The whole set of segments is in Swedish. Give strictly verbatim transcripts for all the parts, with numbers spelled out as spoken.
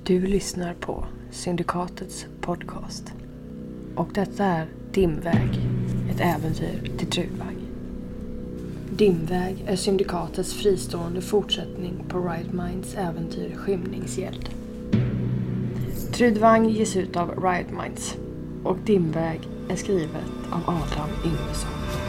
Du lyssnar på Syndikatets podcast. Och detta är Dimväg, ett äventyr till Trudvang. Dimväg är Syndikatets fristående fortsättning på Riot Minds äventyr Skymningsgäld. Trudvang ges ut av Riot Minds och Dimväg är skrivet av Adam Yngvesson.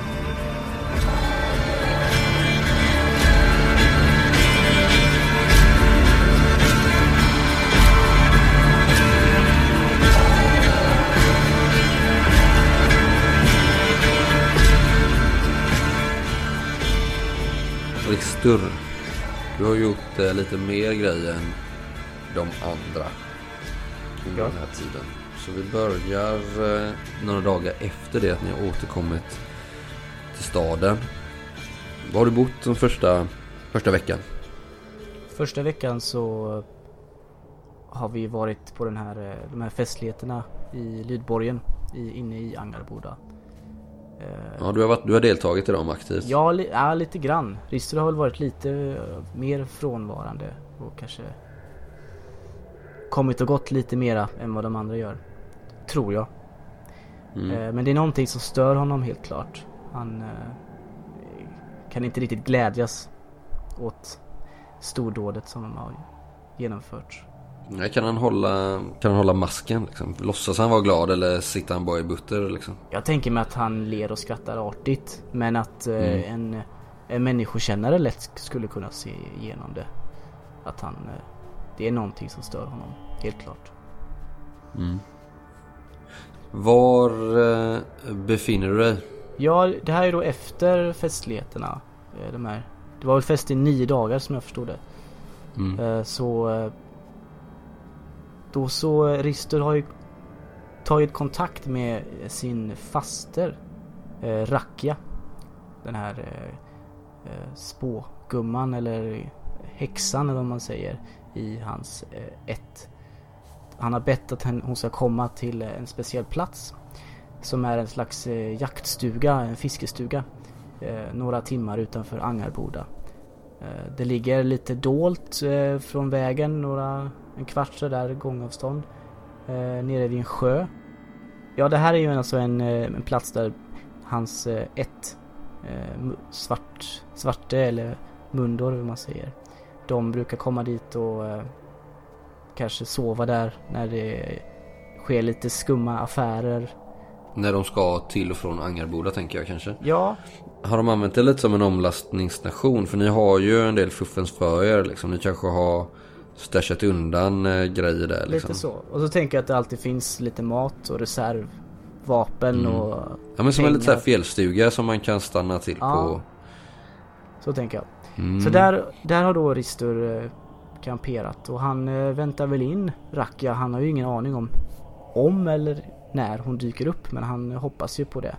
Rister, du har gjort eh, lite mer grejer än de andra under Ja. den här tiden. Så vi börjar eh, några dagar efter det att ni har återkommit till staden. Var har du bott den första, första veckan? Första veckan så har vi varit på den här, de här festligheterna i Lydborgen i, inne i Angarboda. Ja, du har, varit, du har deltagit i dem aktivt. Ja, li, ja lite grann. Rister har väl varit lite uh, mer frånvarande och kanske kommit och gått lite mera än vad de andra gör. Tror jag. Mm. Uh, men det är någonting som stör honom helt klart. Han uh, kan inte riktigt glädjas åt stordådet som de har genomfört. Nej, kan han hålla, kan han hålla masken liksom? Låtsas han vara glad eller sitter han bara i butter liksom? Jag tänker mig att han ler och skrattar artigt. Men att uh, Mm. en, en människokännare lätt skulle kunna se igenom det. Att han... Uh, det är någonting som stör honom, helt klart. Mm. Var eh, befinner du dig? Ja, det här är då efter festligheterna. eh, De här. Det var väl fest i nio dagar som jag förstod det. Mm. Eh, Så... eh, Då så... eh, Rister har ju tagit kontakt med sin faster. eh, Rakia. Den här eh, eh, spågumman eller häxan eller vad man säger i hans eh, ett. Han har bett att hon ska komma till en speciell plats som är en slags eh, jaktstuga, en fiskestuga, eh, några timmar utanför Angarboda. Eh, det ligger lite dolt eh, från vägen, några, en kvart så där gångavstånd, eh, nere vid en sjö. Ja, det här är ju alltså en, eh, en plats där hans eh, ett eh, svart, svarte eller mundor, vad man säger. De brukar komma dit och eh, kanske sova där när det sker lite skumma affärer. När de ska till och från Angarboda tänker jag kanske. Ja. Har de använt det lite som en omlastningsstation? För ni har ju en del fuffens för er liksom. Ni kanske har stashat undan eh, grejer där liksom. Lite så. Och så tänker jag att det alltid finns lite mat och reservvapen Mm. och Ja, men som pengar. en lite så här fjällstuga som man kan stanna till Ja. på. Så tänker jag. Mm. Så där, där har då Rister eh, kamperat. Och han eh, väntar väl in Rakia. Han har ju ingen aning om om eller när hon dyker upp. Men han eh, hoppas ju på det.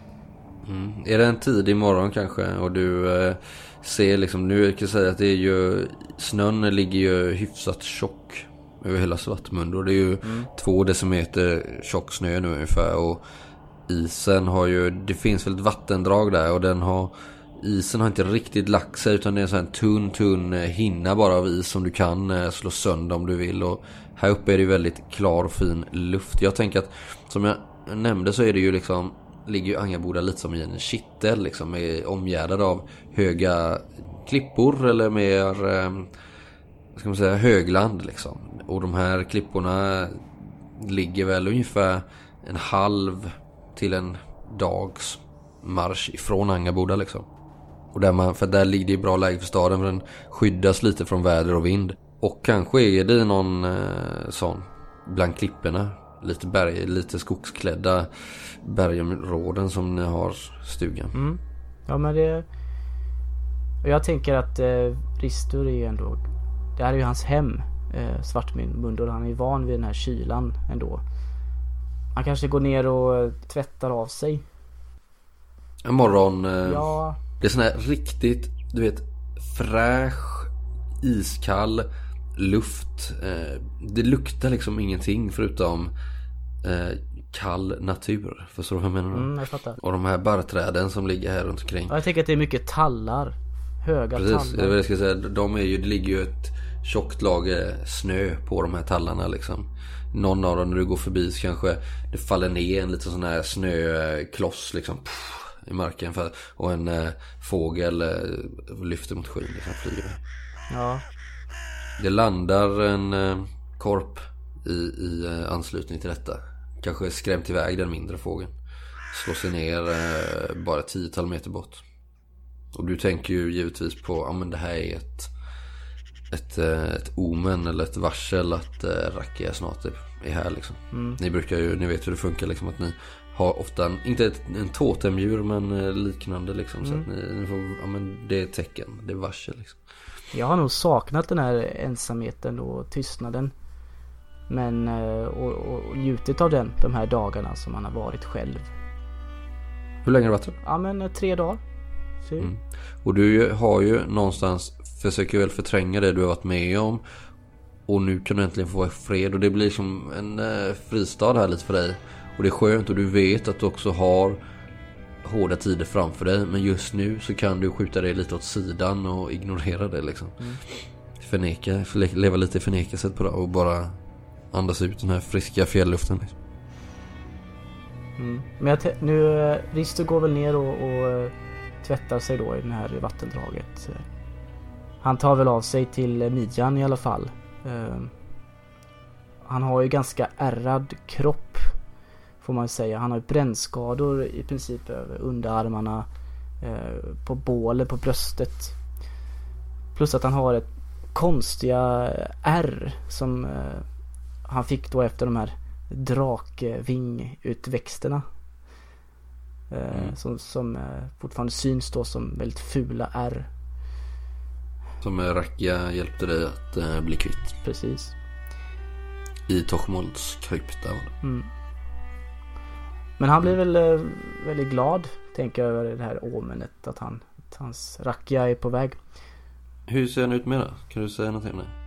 Mm. Är det en tidig morgon kanske och du eh, ser liksom, nu kan jag säga att det är ju, snön ligger ju hyfsat tjock över hela Svartmund och det är ju Mm. två decimeter tjock snö nu ungefär och isen har ju, det finns väl ett vattendrag där och den har, isen har inte riktigt lagt sig utan det är en sån här tunn tunn hinna bara av is som du kan eh, slå sönder om du vill och här uppe är det väldigt klar och fin luft. Jag tänker att som jag nämnde så är det ju liksom, ligger ju Angarboda lite som i en kittel liksom, är omgärdad av höga klippor eller mer eh, vad ska man säga, högland liksom. Och de här klipporna ligger väl ungefär en halv till en dags marsch ifrån Angarboda liksom. Och där man, för där ligger det i bra läge för staden för den skyddas lite från väder och vind. Och kanske är det någon eh, sån bland klipporna, lite berg, lite skogsklädda bergområden som ni har stugan. Mm. Ja, men det... Och jag tänker att eh, Rister är ju ändå... Det här är ju hans hem, eh, Svartmund, och han är ju van vid den här kylan ändå. Han kanske går ner och eh, tvättar av sig. En morgon, eh, Ja, det är sån här riktigt, du vet, fräsch, iskall luft. Eh, det luktar liksom ingenting förutom eh, kall natur. Förstår du vad jag menar? mm, jag fattar. Och de här barrträden som ligger här runt omkring. Ja, jag tänker att det är mycket tallar. Höga Precis, det är tallar. vad jag ska säga. De är ju, det ligger ju ett tjockt lager snö på de här tallarna liksom. Någon av dem när du går förbi så kanske det faller ner en liten sån här snökloss liksom pff, i marken för, och en eh, fågel eh, lyfter mot skyn liksom, flyger. Ja. Det landar en eh, korp i, i eh, anslutning till detta. Kanske skrämt iväg den mindre fågeln. Slår sig ner eh, bara tiotal meter bort. Och du tänker ju givetvis på, ja men det här är ett ett, ett omen eller ett varsel att äh, Rakia snart är här liksom. Mm. Ni brukar ju, ni vet hur det funkar liksom, att ni har ofta, inte ett, en totemdjur men liknande liksom, mm. så att ni, ni får, ja men det är ett tecken, det är varsel liksom. Jag har nog saknat den här ensamheten och tystnaden. Men och, och, och njutit av den de här dagarna som man har varit själv. Hur länge har du varit? Ja men tre dagar. Mm. Och du har ju någonstans försöker väl förtränga det du har varit med om. Och nu kan du äntligen få fred. Och det blir som en eh, fristad här lite för dig. Och det är skönt och du vet att du också har hårda tider framför dig. Men just nu så kan du skjuta dig lite åt sidan och ignorera det liksom. Mm. Förneka, leva lite i förnekelset på det och bara andas ut den här friska fjällluften liksom. Mm. Men jag te- nu, Risto går väl ner och, och tvättar sig då i det här vattendraget. Han tar väl av sig till midjan i alla fall. Uh, han har ju ganska ärrad kropp får man säga. Han har ju brännskador i princip över underarmarna, uh, på bålen, på bröstet. Plus att han har ett konstiga ärr som uh, han fick då efter de här drakvingutväxterna. Uh, mm. Som, som uh, fortfarande syns då som väldigt fula ärr. Som Rakia hjälpte dig att uh, bli kvitt. Precis. I Tochmolds krypta. Mm. Men han blir väl uh, väldigt glad, tänker jag, över det här omenet. Att, han, att hans Rakia är på väg. Hur ser han ut med det? Kan du säga någonting om det?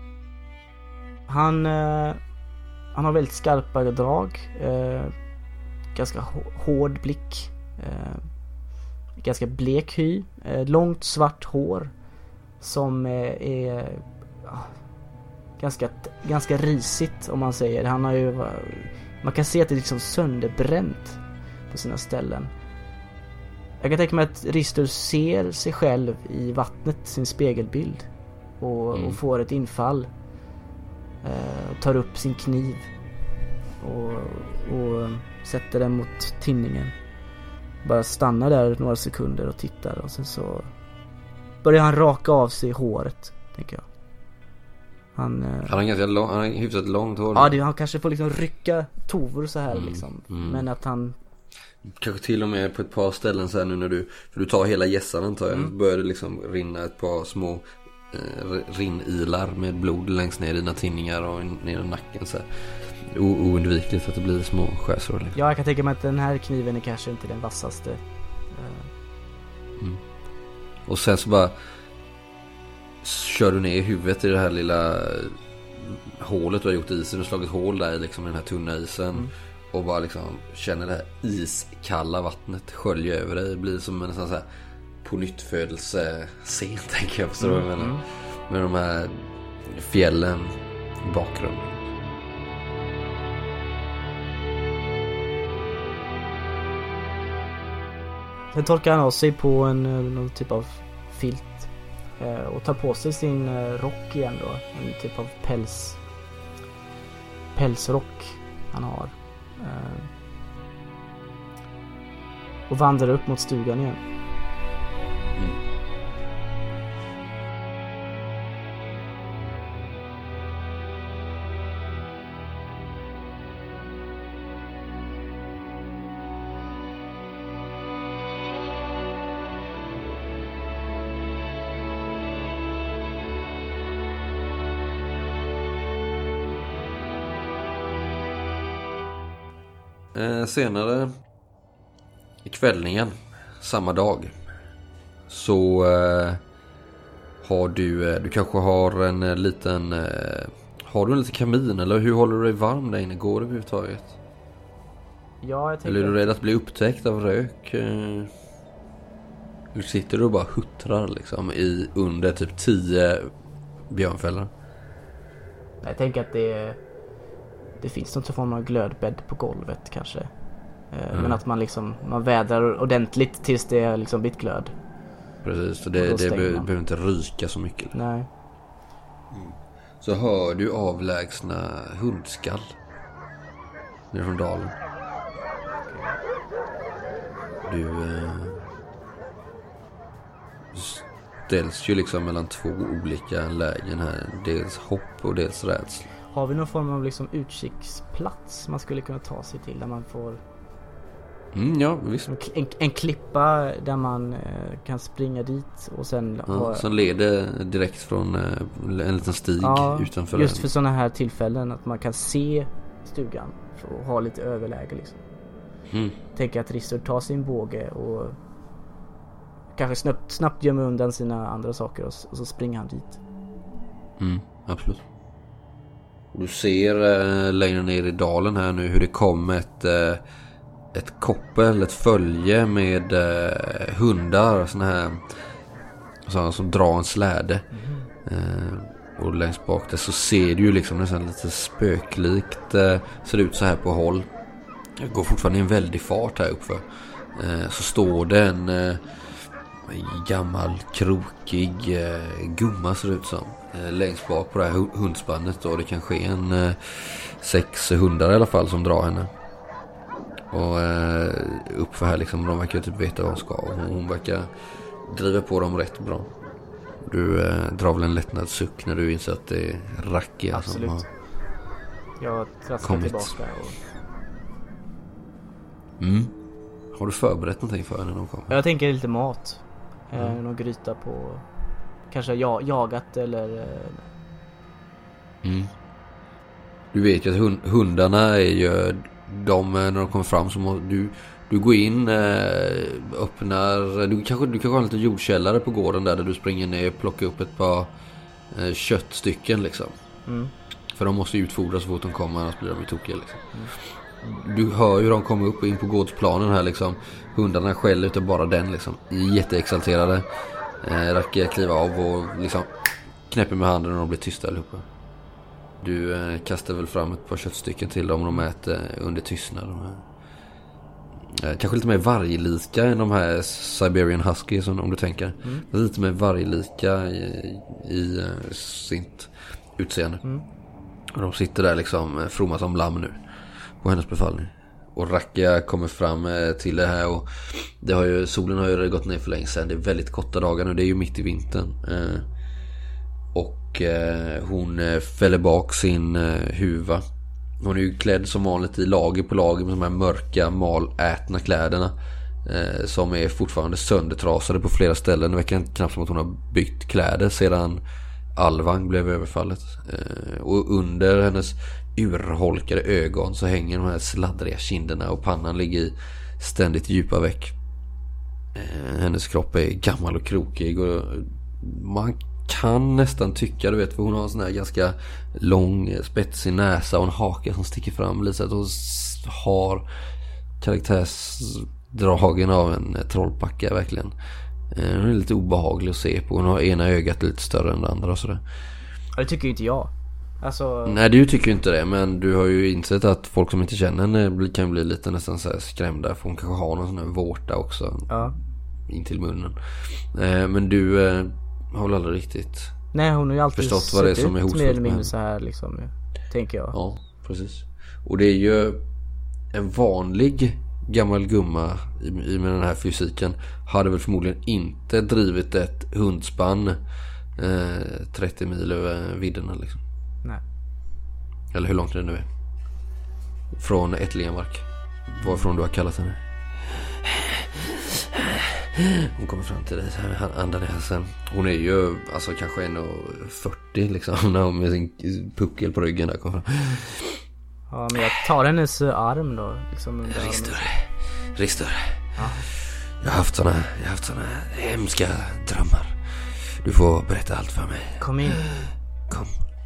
Han, uh, han har väldigt skarpa drag. Uh, ganska hård blick. Uh, ganska blek hy. Uh, långt svart hår. Som är, är ganska, ganska risigt om man säger. Han har ju, man kan se att det är liksom sönderbränt på sina ställen. Jag kan tänka mig att Risto ser sig själv i vattnet, sin spegelbild. Och, mm. och får ett infall. Eh, tar upp sin kniv. Och, och sätter den mot tinningen. Bara stannar där några sekunder och tittar. Och sen så börjar han raka av sig håret, tänker jag. Han, han har ganska lång, han har hyfsat långt hår. Ja, det, han kanske får liksom rycka tovor så här mm, liksom. Mm. Men att han kanske till och med på ett par ställen så här nu när du, för du tar hela gässan antar jag, mm. börjar det liksom rinna ett par små eh, rinnilar med blod längst ner i dina tinningar och ner i nacken så här. O- oundvikligt att det blir små skärsår. Liksom. Ja, jag kan tänka mig att den här kniven är kanske inte den vassaste. Mm. Och sen så bara kör du ner i huvudet i det här lilla hålet du har gjort i isen. Du har slagit hål där i liksom den här tunna isen. Mm. Och bara liksom känner det här iskalla vattnet skölja över dig. Det blir som en sån här på nyttfödelse scen, tänker jag. Förstår du vad jag menar? Med de här fjällen i bakgrunden. Sen torkar han av sig på en någon typ av filt och tar på sig sin rock igen då, en typ av päls pälsrock han har, och vandrar upp mot stugan igen. Mm. Eh, senare i kvällningen samma dag så eh, har du eh, du kanske har en eh, liten eh, har du en liten kamin eller hur håller du dig varm där inne? Går det överhuvudtaget? Ja, jag tänker... Eller är du rädd att bli upptäckt av rök? Eh, du sitter och bara huttrar liksom i under typ tio björnfällor? Jag tänker att det det finns någon form av glödbädd på golvet kanske. Mm. Men att man liksom man vädrar ordentligt tills det är liksom blivit glöd. Precis, så det, det be- behöver inte ryka så mycket. Nej. Mm. Så hör du avlägsna hundskall ner från dalen. Du eh, ställs ju liksom mellan två olika lägen här. Dels hopp och dels rädsla. Har vi någon form av liksom utkiksplats man skulle kunna ta sig till där man får mm, ja, visst. En, en klippa där man eh, kan springa dit och sen ja, ha... som leder direkt från eh, en liten stig ja, utanför. Just den. för sådana här tillfällen att man kan se stugan och ha lite överläge liksom. Mm. Tänker att Ristur tar sin båge och kanske snabbt, snabbt gömmer undan sina andra saker och, och så springer han dit. Mm, absolut. Du ser eh, längre ner i dalen här nu hur det kommer ett eh, ett koppel, ett följe med eh, hundar, såna här såna som drar en släde. Mm. Eh, och längst bak där så ser du ju liksom nästan lite spöklikt eh, ser det ut så här på håll. Det går fortfarande i en väldig fart här uppför. Eh, så står det en eh, gammal krokig eh, gumma ser det ut som. Eh, längst bak på det här hundspannet då. Det kanske är en eh, sex hundar i alla fall som drar henne. Och eh, uppför här liksom, de verkar typ veta vad de ska. Och hon verkar driva på dem rätt bra. Du eh, drar väl en lättnadssuck när du inser att det är Rakia. Absolut. Som har jag traskar kommit tillbaka och... Mm. Har du förberett någonting för henne när de kommer? Jag tänker lite mat. Mm. Eh, någon gryta på... Kanske ja, jagat eller... Eh... Mm. Du vet ju att hund, hundarna är ju... De, när de kommer fram så må du... Du går in, eh, öppnar... Du kanske, du kanske har en liten jordkällare på gården där, där du springer ner och plockar upp ett par eh, köttstycken liksom. Mm. För de måste utfodras så fort de kommer, annars blir de ju tokiga liksom. Mm. Du hör ju de kommer upp in på gårdsplanen här liksom. Hundarna skäller utav bara den liksom. Jätteexalterade. Eh, Rakia kliver av och liksom knäpper med handen och de blir tysta allihopa. Du eh, kastar väl fram ett par köttstycken till dem och de äter under tystnad. De här. Eh, kanske lite mer varglika än de här Siberian Husky som om du tänker. Mm. Lite mer varglika i, i uh, sitt utseende. Mm. Och de sitter där liksom fromma som lamm nu på hennes befallning. Och Rakia kommer fram eh, till det här och det har ju, solen har ju gått ner för länge sedan. Det är väldigt korta dagar nu, det är ju mitt i vintern. Eh, och eh, hon eh, fäller bak sin eh, huva. Hon är ju klädd som vanligt i lager på lager med de här mörka malätna kläderna eh, som är fortfarande söndertrasade på flera ställen. Det verkar knappt som att hon har bytt kläder sedan Alvang blev överfallet. Eh, och under hennes urholkade ögon så hänger de här sladdriga kinderna och pannan ligger i ständigt djupa veck. Eh, hennes kropp är gammal och krokig och man kan nästan tycka, du vet, för hon har en sån här ganska lång spetsig näsa och en haka som sticker fram lite så att hon har karaktärsdragen av en trollpacka verkligen. Hon är lite obehaglig att se på. Hon har ena ögat lite större än det andra och sådär. Ja, det tycker ju inte jag. Alltså... Nej, du tycker ju inte det, men du har ju insett att folk som inte känner henne kan bli lite nästan så här skrämda, för hon kanske har någon sån här vårta också. Ja. In till munnen. Men du eh, har väl aldrig riktigt Nej, hon har ju alltid förstått vad det är som är hotfullt mer eller mindre så här liksom, tänker jag. Ja, precis. Och det är ju en vanlig gammal gumma i, i med den här fysiken hade väl förmodligen inte drivit ett hundspann eh, trettio mil över vidderna liksom. Nej. Eller hur långt det nu är. Från Ättlingamark. Varifrån du har kallat henne. Hon kommer fram till dig så här, andan i halsen. Hon är ju alltså kanske en fyrtio liksom, när hon med sin puckel på ryggen där kommer fram. Ja, men jag tar hennes arm då liksom. Ristur. Ristur. Ja. Jag har haft såna, jag har haft såna hemska drömmar. Du får berätta allt för mig. Kom in. Kom.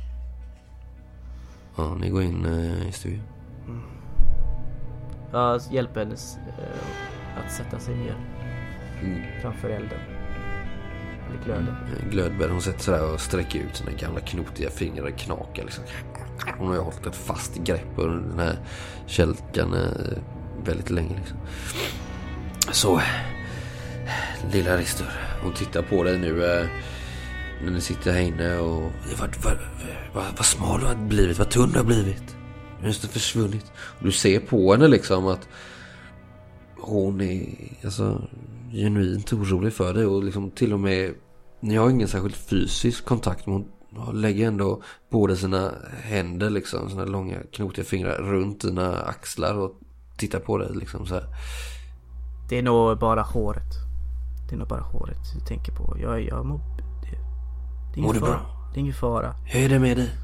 Ja, ni går in uh, i stugan. Mm. Jag hjälper henne uh, att sätta sig ner mm. framför elden. Eller glöden. Glödbädd. Hon sätter sig där och sträcker ut sina gamla knotiga fingrar och knakar liksom. Hon har ju hållit ett fast grepp på den här kälkan eh, väldigt länge liksom. Så, lilla Ristur, hon tittar på dig nu eh, när ni sitter här inne och vad, vad, vad, vad smal du har blivit, vad tunn du har blivit. Du har nästan försvunnit. Du ser på henne liksom att hon är alltså genuint orolig för dig och liksom till och med, ni har ingen särskilt fysisk kontakt, men hon lägger ändå båda sina händer liksom, sina långa knotiga fingrar runt dina axlar och tittar på dig liksom så här. Det är nog bara håret. Det är nog bara håret du tänker på. Jag, jag må, det, det är ingen mår du fara. bra? Det är ingen fara. Hur är det med dig?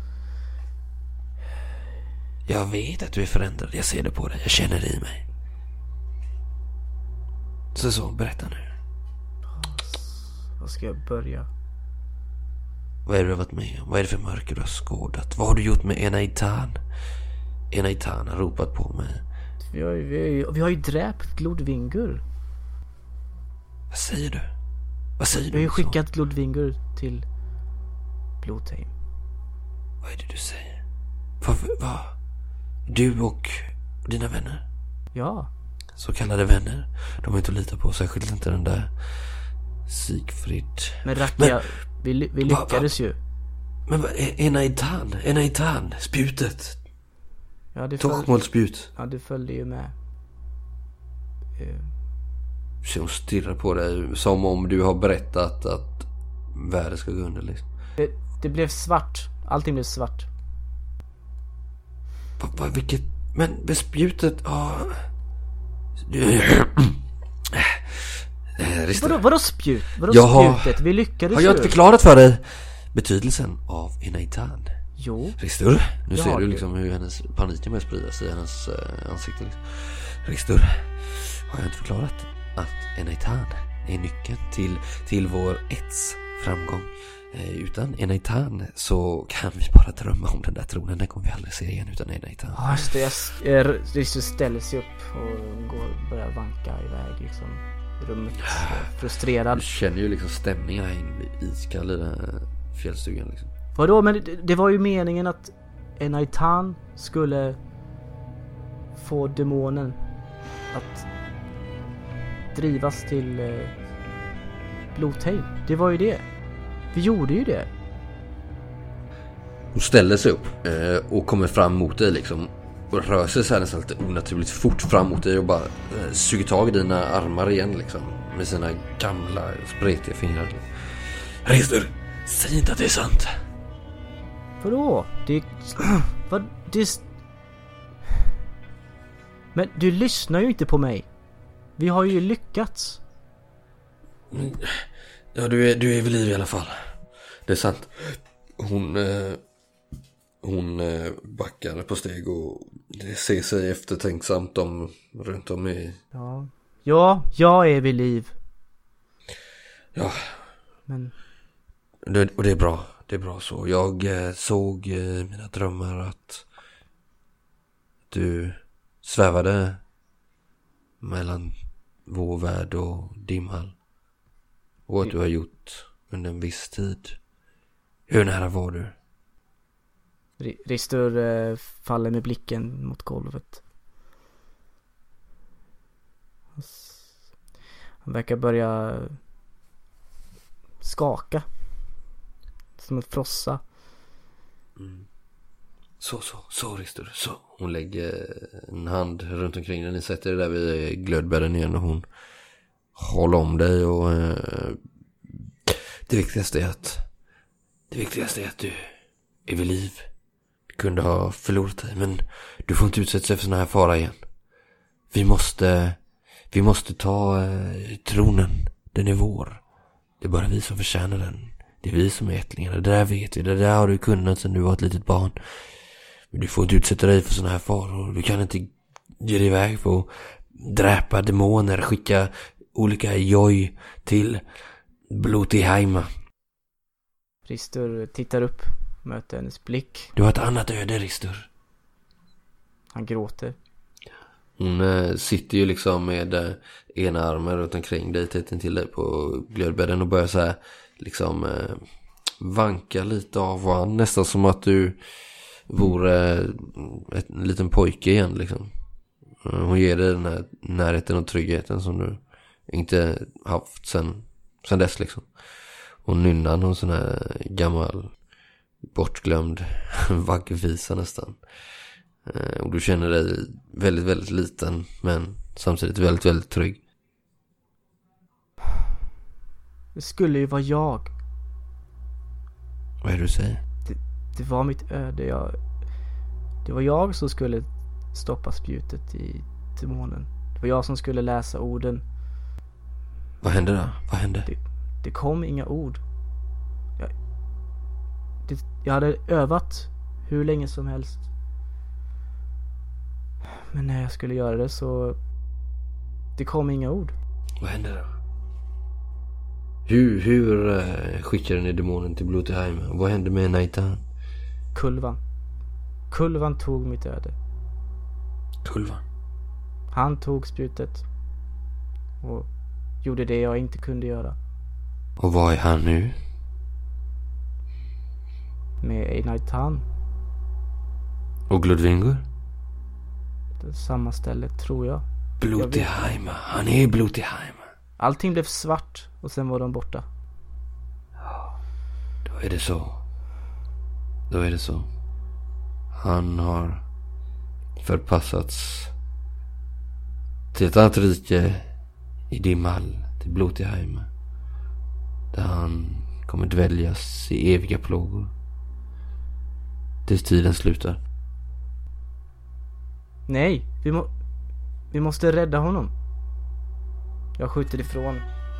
Jag vet att du är förändrad. Jag ser det på dig. Jag känner det i mig. Så så, berätta nu. Vad ska jag börja? Vad är det du har varit med om? Vad är det för mörker du har skådat? Vad har du gjort med Enaitan? Enaitan har ropat på mig. Vi har, vi har, ju, vi har ju dräpt Glodvingur. Vad säger du? Vad säger du? Vi har ju skickat Glodvingur till Blodheim. Vad är det du säger? Vad? Va? Du och dina vänner? Ja. Så kallade vänner. De är inte att lita på, särskilt inte den där Sigfrid. Men Rakia, vi, vi lyckades va, va? ju. Men vad, Enaitan, Enaitan, spjutet. Ja, det Torkmål spjut. Ja, du följde ju med. Uh. Så hon stirrar på dig som om du har berättat att världen ska gå under liksom. Det, det blev svart. Allting blev svart. Va, va, vilket... Men bespjutet... Ja... Vadå, vadå spjut? Vadå jag spjutet? Har, vi lyckades har jag inte förklarat för dig betydelsen av Enaitan? Jo. Ristur, nu ja, ser du det. liksom hur hennes paniken börjar sprida sig i hennes uh, ansikte liksom. Ristur, har jag inte förklarat att Enaitan är nyckeln till, till vår ets framgång? Eh, utan Enaitan så kan vi bara drömma om den där tronen. Den kommer vi aldrig se igen utan Enaitan. Ja, just det. Ristur ställer sig upp och går, börjar vanka iväg liksom rummet, frustrerad. Du känner ju liksom stämningen här inne i iskall i den här fjällstugan liksom. Vadå? Men det, det var ju meningen att Enaitan skulle få demonen att drivas till eh, Blodheim. Det var ju det. Vi gjorde ju det. Hon ställer sig upp eh, och kommer fram mot dig liksom. Och rör sig så här nästan lite onaturligt fort fram mot dig och bara eh, suger tag i dina armar igen liksom. Med sina gamla spretiga fingrar. Ristur, säg inte att det är sant. Vadå? Det... Vad... Det... Men du lyssnar ju inte på mig. Vi har ju lyckats. Ja, du är, du är vid liv i alla fall. Det är sant. Hon... Eh, hon eh, backar på steg och ser sig eftertänksamt om runt om i... Ja, ja jag är vid liv. Ja. Men... Det, och det är bra. Det är bra så. Jag eh, såg eh, mina drömmar att du svävade mellan vår värld och Dimhall. Och att du har gjort under en viss tid. Hur nära var du? Ristur eh, faller med blicken mot golvet. Han verkar börja skaka. Som ett frossa. Mm. Så, så, så Ristur, så. Hon lägger en hand runt omkring dig. Ni sätter det där vid glödbädden igen och hon håller om dig och eh, det viktigaste är att det viktigaste är att du är vid liv. Du kunde ha förlorat dig, men du får inte utsätta sig för såna här fara igen. Vi måste vi måste ta eh, tronen. Den är vår. Det är bara vi som förtjänar den. Det är vi som är ättlingarna. Det där vet vi. Det där har du kunnat sedan du var ett litet barn. Men du får inte utsätta dig för såna här faror. Du kan inte ge dig iväg för att dräpa demoner. Skicka olika joj till Blodheim. Ristur tittar upp. Möter hennes blick. Du har ett annat öde, Ristur. Han gråter. Hon äh, sitter ju liksom med äh, ena armen runt omkring dig, tätt till dig på glödbädden och börjar så här liksom eh, vanka lite av varann. Nästan som att du vore ett, en liten pojke igen liksom. Hon ger dig den här närheten och tryggheten som du inte haft sen, sen dess liksom. Och nynnar någon sån här gammal bortglömd vaggvisa nästan. Och du känner dig väldigt, väldigt liten, men samtidigt väldigt, väldigt trygg. Det skulle ju vara jag. Vad är det du säger? Det, det var mitt öde. Jag, det var jag som skulle stoppa spjutet i demonen. Det var jag som skulle läsa orden. Vad hände då? Vad hände? Det, det kom inga ord. Jag, det, jag hade övat hur länge som helst. Men när jag skulle göra det så... Det kom inga ord. Vad hände då? Hur, hur uh, skickade ni demonen till Bloodheim? Vad hände med Naitan? Kulvan. Kulvan tog mitt öde. Kulvan? Han tog spjutet. Och gjorde det jag inte kunde göra. Och vad är han nu? Med Naitan. Och Glodvingur? Det samma ställe, tror jag. Bloodheim. Han är Bloodheim. Allting blev svart och sen var de borta. Ja, då är det så. Då är det så. Han har förpassats till ett annat rike i Dimmal, till Bloodheim. Där han kommer dväljas i eviga plågor. Tills tiden slutar. Nej, vi, må, vi måste rädda honom. Jag skjuter ifrån.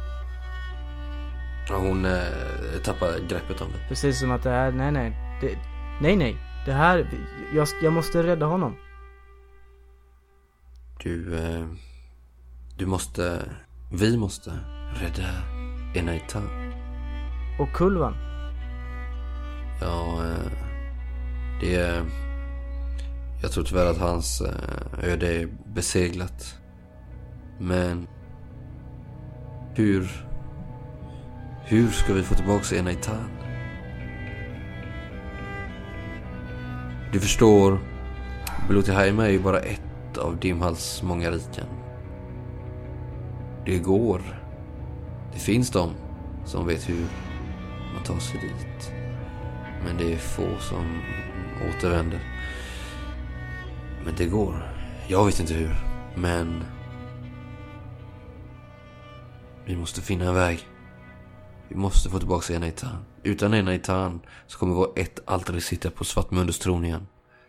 Ja, hon eh, tappar greppet om det. Precis som att det här, nej nej. Det, nej nej, det här, jag, jag måste rädda honom. Du, eh, du måste, vi måste rädda Enaitan. Och Kulvan. Ja, eh, det är... Jag tror tyvärr att hans eh, öde är beseglat. Men hur hur ska vi få tillbaka Enaitan? Du förstår, Bloodheim är ju bara ett av Dimhals många riken. Det går. Det finns de som vet hur man tar sig dit. Men det är få som återvänder. Men det går. Jag vet inte hur. Men vi måste finna en väg. Vi måste få tillbaka Enaitan. Utan Enaitan så kommer vår ett aldrig sitta på Svartmundus tron igen.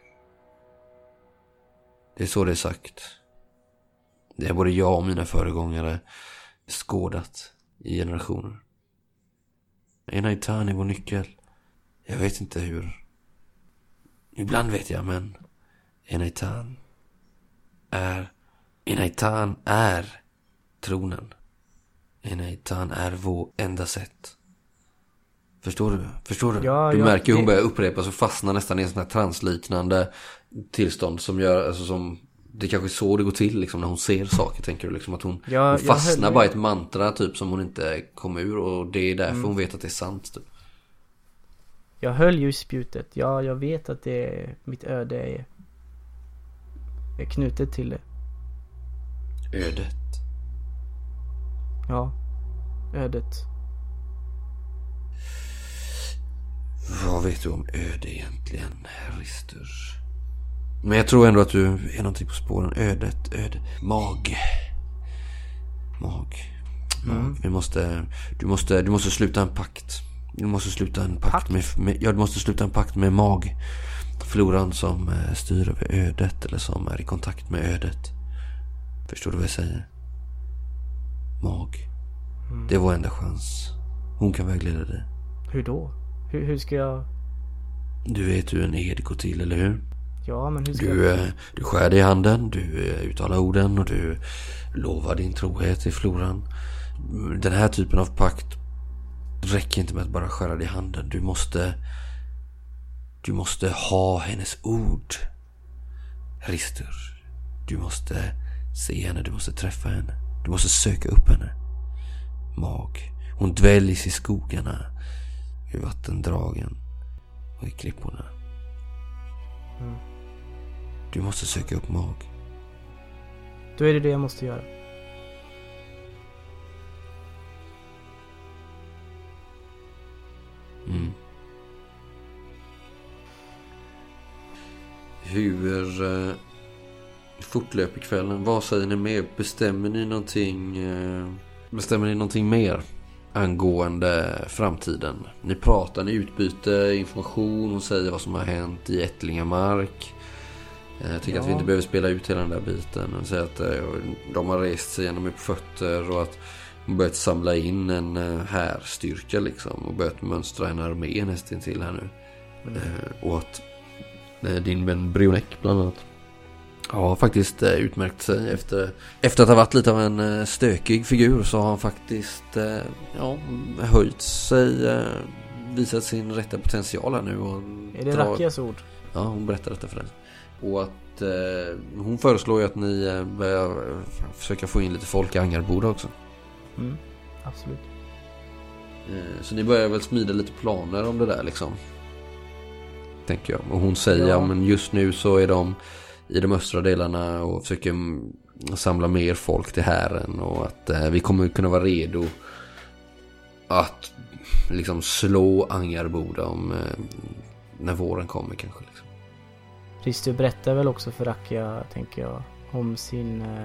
Det är så det är sagt. Det är både jag och mina föregångare skådat i generationer. Enaitan är vår nyckel. Jag vet inte hur. Ibland vet jag, men Enaitan är Enaitan är tronen. Enaitan är vår enda sätt. Förstår du? Förstår du? Ja, du ja, märker hur hon det... börjar upprepa och fastnar nästan i en sån här transliknande tillstånd som gör, alltså som det kanske är så det går till liksom när hon ser saker, tänker du liksom att hon, ja, hon fastnar höll... bara i ett mantra typ som hon inte kommer ur, och det är därför mm. hon vet att det är sant typ. Jag höll ju spjutet. Ja, jag vet att det är, mitt öde är, är knutet till det. Ödet. Ja, ödet. Vad vet du om öde egentligen, Rister? Men jag tror ändå att du är någonting på spåren. Ödet, öde, mag. Mag. Mm. Vi måste, du måste, du måste sluta en pakt. Du måste sluta en pakt, pakt? Med, med, ja, du måste sluta en pakt med mag. Floran som eh, styr över ödet, eller som är i kontakt med ödet. Förstår du vad jag säger? Mag. Mm. Det är vår enda chans. Hon kan vägleda dig. Hur då? Hur, hur ska jag... Du vet hur en ed går till, eller hur? Ja, men hur ska du, jag... eh, du skär dig i handen, du eh, uttalar orden och du lovar din trohet till floran. Den här typen av pakt räcker inte med att bara skära dig i handen. Du måste... Du måste ha hennes ord. Rister. Du måste se henne, du måste träffa henne. Du måste söka upp henne. Mag. Hon dväljs i skogarna, i vattendragen och i klipporna. Mm. Du måste söka upp Mag. Då är det det jag måste göra. Mm. Hur eh, fortlöper kvällen? Vad säger ni mer? Bestämmer ni någonting eh, Bestämmer ni någonting mer angående framtiden? Ni pratar, ni utbyter information. Hon säger vad som har hänt i Ättlingamark. Jag tycker ja. att vi inte behöver spela ut hela den där biten. Hon säger att eh, de har rest sig genom upp fötter och att hon börjat samla in en härstyrka liksom, och börjat mönstra en armé nästan till här nu. Mm. Eh, och att eh, din vän Brionek bland annat har faktiskt eh, utmärkt sig efter, efter att ha varit lite av en eh, stökig figur, så har han faktiskt eh, ja, höjt sig, eh, visat sin rätta potential här nu. Och är det drar... Rakias ord? Ja, hon berättar detta för dig. Och att eh, hon föreslår ju att ni eh, börjar försöka få in lite folk i Angarboda också. Mm, absolut. Eh, så ni börjar väl smida lite planer om det där liksom, tänker jag. Och hon säger, ja. men just nu så är de i de östra delarna och försöker samla mer folk till hären, och att eh, vi kommer kunna vara redo att liksom slå Angarboda om eh, när våren kommer kanske liksom. Rister berättar väl också för Rakia, tänker jag, om sin eh,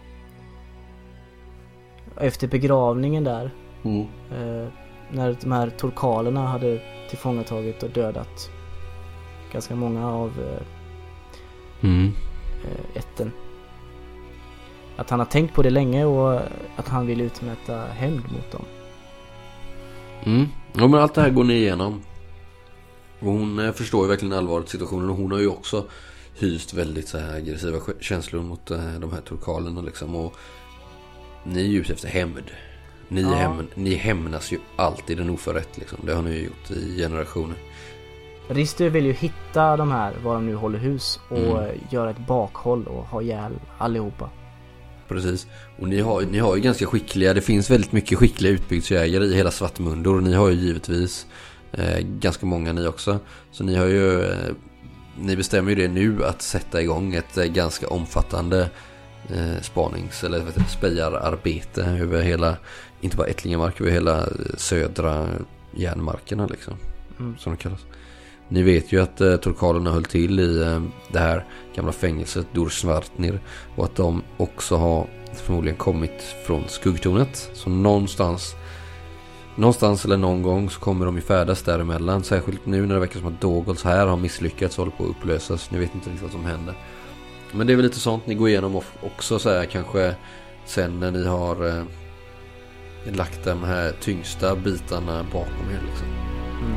efter begravningen där mm. eh, när de här torkalerna hade tillfångatagit och dödat ganska många av eh, mm. eh, ätten. Att han har tänkt på det länge och att han vill utmäta hämnd mot dem. Mm. Ja, men allt det här går ni igenom. Och hon förstår ju verkligen allvaret i situationen, och hon har ju också hyst väldigt så här aggressiva känslor mot de här torkalerna liksom. Och ni är ju ute efter hämnd. Ni, ja. häm, ni hämnas ju alltid en oförrätt liksom. Det har ni ju gjort i generationer. Rister vill ju hitta de här, var de nu håller hus, och mm. göra ett bakhåll och ha ihjäl allihopa. Precis. Och ni har, ni har ju ganska skickliga, det finns väldigt mycket skickliga utbygdsjägare i hela Svartmundor, och ni har ju givetvis eh, ganska många ni också. Så ni har ju eh, ni bestämmer ju det nu att sätta igång ett eh, ganska omfattande eh, spanings- eller vet du, spejararbete över hela, inte bara Ättlingamark, över hela södra järnmarkerna liksom, mm. som det kallas. Ni vet ju att eh, torkalerna höll till i eh, det här gamla fängelset Dursvartnir, och att de också har förmodligen kommit från skuggtornet. Så någonstans någonstans eller någon gång så kommer de ju färdas däremellan. Särskilt nu när det verkar som att Dogols här har misslyckats och håller på att upplösas. Ni vet inte riktigt vad som händer. Men det är väl lite sånt ni går igenom också så här, kanske sen när ni har eh, lagt de här tyngsta bitarna bakom er liksom. Mm.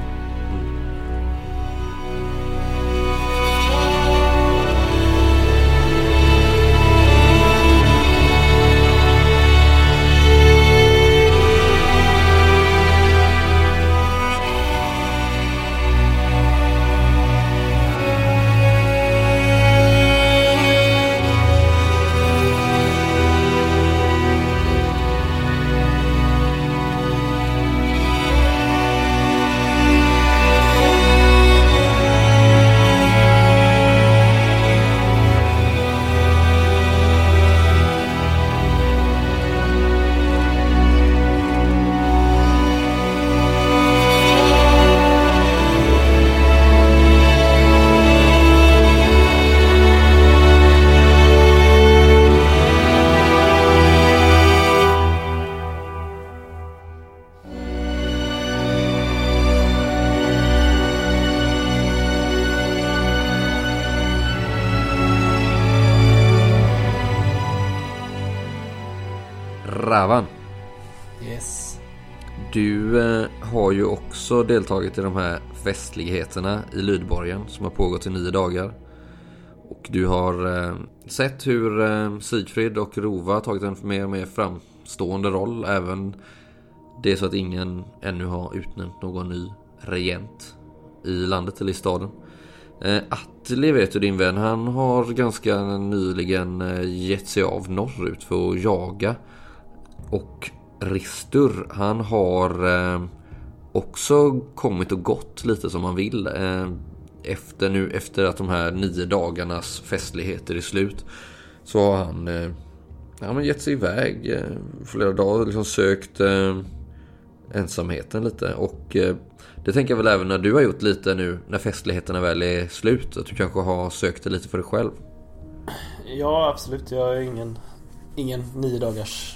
Ravan. Yes. Du eh, har ju också deltagit i de här festligheterna i Lydborgen som har pågått i nio dagar. Och du har eh, sett hur eh, Sigfrid och Rova har tagit en mer och mer framstående roll. Även det är så att ingen ännu har utnämnt någon ny regent i landet eller i staden. Eh, Atli, vet du, din vän, han har ganska nyligen eh, gett sig av norrut för att jaga och Ristur, han har eh, också kommit och gått lite som man vill. Eh, efter, nu, efter att de här nio dagarnas festligheter är slut, så har han eh, ja, men gett sig iväg eh, flera dagar, liksom sökt eh, ensamheten lite. Och eh, det tänker jag väl även när du har gjort lite nu när festligheterna väl är slut, att du kanske har sökt det lite för dig själv. Ja, absolut. Jag är ingen, ingen nio dagars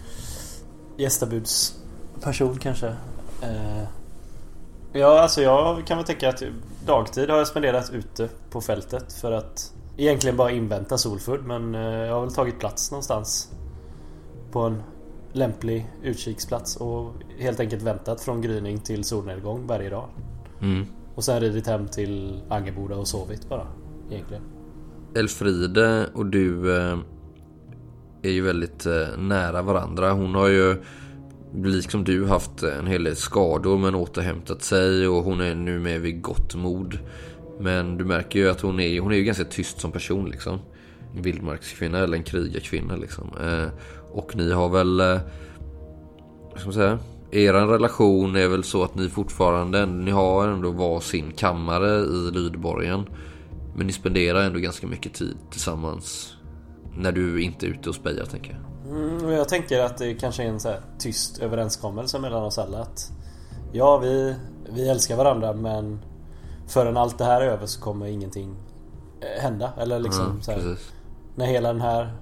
gästabudsperson kanske. Eh, ja, alltså jag kan väl tänka att dagtid har jag spenderat ute på fältet för att egentligen bara invänta Solfull, men eh, jag har väl tagit plats någonstans på en lämplig utkiksplats och helt enkelt väntat från gryning till solnedgång varje dag. Mm. Och sen ridit hem till Angerboda och sovit bara, egentligen. Elfride och du eh, är ju väldigt eh, nära varandra. Hon har ju, liksom du, haft en hel del skador men återhämtat sig, och hon är nu med vid gott mod. Men du märker ju att hon är, hon är ju ganska tyst som person liksom. En vildmarkskvinna eller en krigarkvinna liksom. Eh, och ni har väl, eh, vad ska man säga, eran relation är väl så att ni fortfarande, ni har ändå var sin kammare i Lydborgen. Men ni spenderar ändå ganska mycket tid tillsammans när du inte är ute och spejar, tänker jag. Mm, och jag tänker att det kanske är en så här tyst överenskommelse mellan oss alla. Att ja, vi, vi älskar varandra, men förrän allt det här är över så kommer ingenting hända. Eller liksom mm, så här, när hela den här,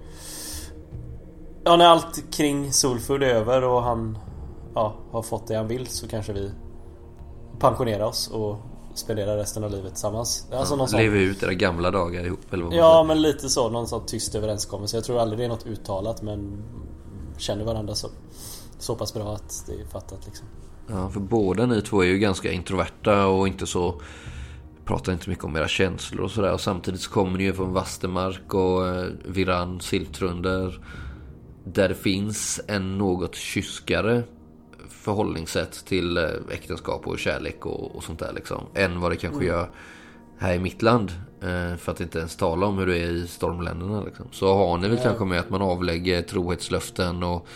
ja, när allt kring Solfull är över och han ja, har fått det han vill, så kanske vi pensionerar oss och spendera resten av livet tillsammans. Alltså ja, någon sån... lever ut era gamla dagar ihop, eller vad man Ja, säger. men lite så, någon sån tyst överenskommelse. Jag tror aldrig det är något uttalat, men känner varandra så, så pass bra att det är fattat liksom. Ja, för båda ni två är ju ganska introverta och inte så, pratar inte mycket om era känslor och sådär. Och samtidigt så kommer ni ju från Vastermark och eh, Viran, Siltrunder, där det finns en något kyskare förhållningssätt till äktenskap och kärlek och, och sånt där liksom, än vad det kanske mm. gör här i mitt land, eh, för att inte ens tala om hur det är i stormländerna liksom. Så har ni väl mm. kanske med att man avlägger trohetslöften och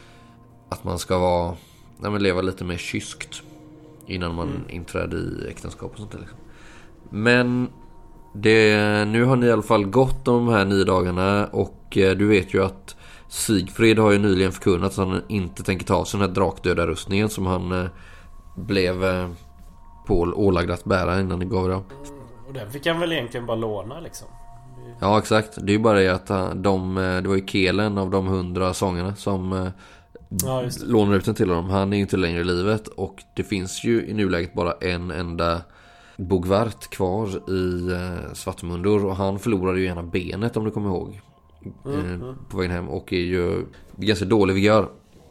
att man ska vara, nej, men leva lite mer kyskt innan man mm. inträder i äktenskap och sånt där liksom. Men det, nu har ni i alla fall gått de här nio dagarna, och eh, du vet ju att Sigfrid har ju nyligen förkunnat att han inte tänker ta sig den här drakdöda rustningen som han eh, blev eh, på ålagd att bära innan det gav det. Mm, och den fick han väl egentligen bara låna liksom. Ja, exakt. Det är ju bara det att de, det var ju Kelen av de hundra sångerna som eh, ja, lånar ut den till honom. Han är ju inte längre i livet, och det finns ju i nuläget bara en enda Bogvart kvar i eh, Svartmundur, och han förlorade ju gärna benet, om du kommer ihåg. Mm, mm. På vägen hem, och är ju ganska dålig vigör.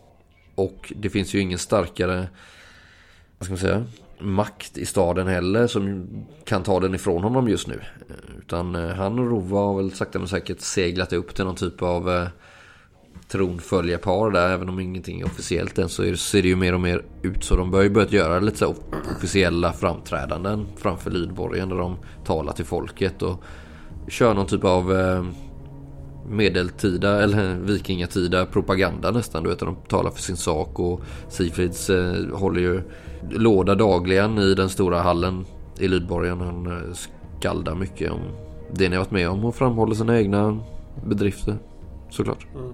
Och det finns ju ingen starkare, vad ska man säga, makt i staden heller som kan ta den ifrån honom just nu. Utan han och Rova har väl sakta men säkert seglat upp till någon typ av eh, tronföljarpar där. Även om ingenting är officiellt än, så är det, ser det ju mer och mer ut så de börjar börjat göra lite så officiella framträdanden framför Lydborgen, där de talar till folket och kör någon typ av eh, medeltida eller vikingatida propaganda nästan, du vet, de talar för sin sak. Och Sigfrids eh, håller ju låda dagligen i den stora hallen i Lydborgen. Han eh, skaldar mycket om det ni har varit med om och framhåller sina egna bedrifter, såklart. Mm.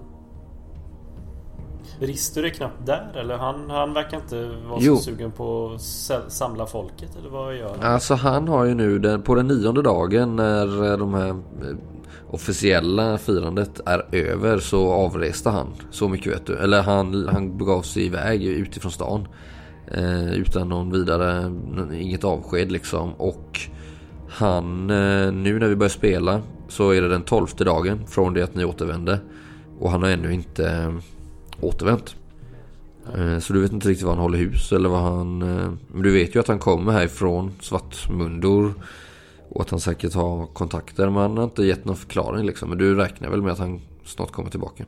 Ristur är knappt där, eller han, han verkar inte vara jo. så sugen på att samla folket, eller vad gör han? Alltså han har ju nu den, på den nionde dagen när de här officiella firandet är över, så avreste han, så mycket vet du. Eller han, han begav sig iväg utifrån stan eh, utan någon vidare, inget avsked liksom. Och han, eh, nu när vi börjar spela, så är det den tolfte dagen från det att ni återvände, och han har ännu inte eh, återvänt. eh, Så du vet inte riktigt vad han håller hus eller vad han eh, men du vet ju att han kommer härifrån Svartmundur och att han säkert har kontakter, men han har inte gett någon förklaring liksom. Men du räknar väl med att han snart kommer tillbaka.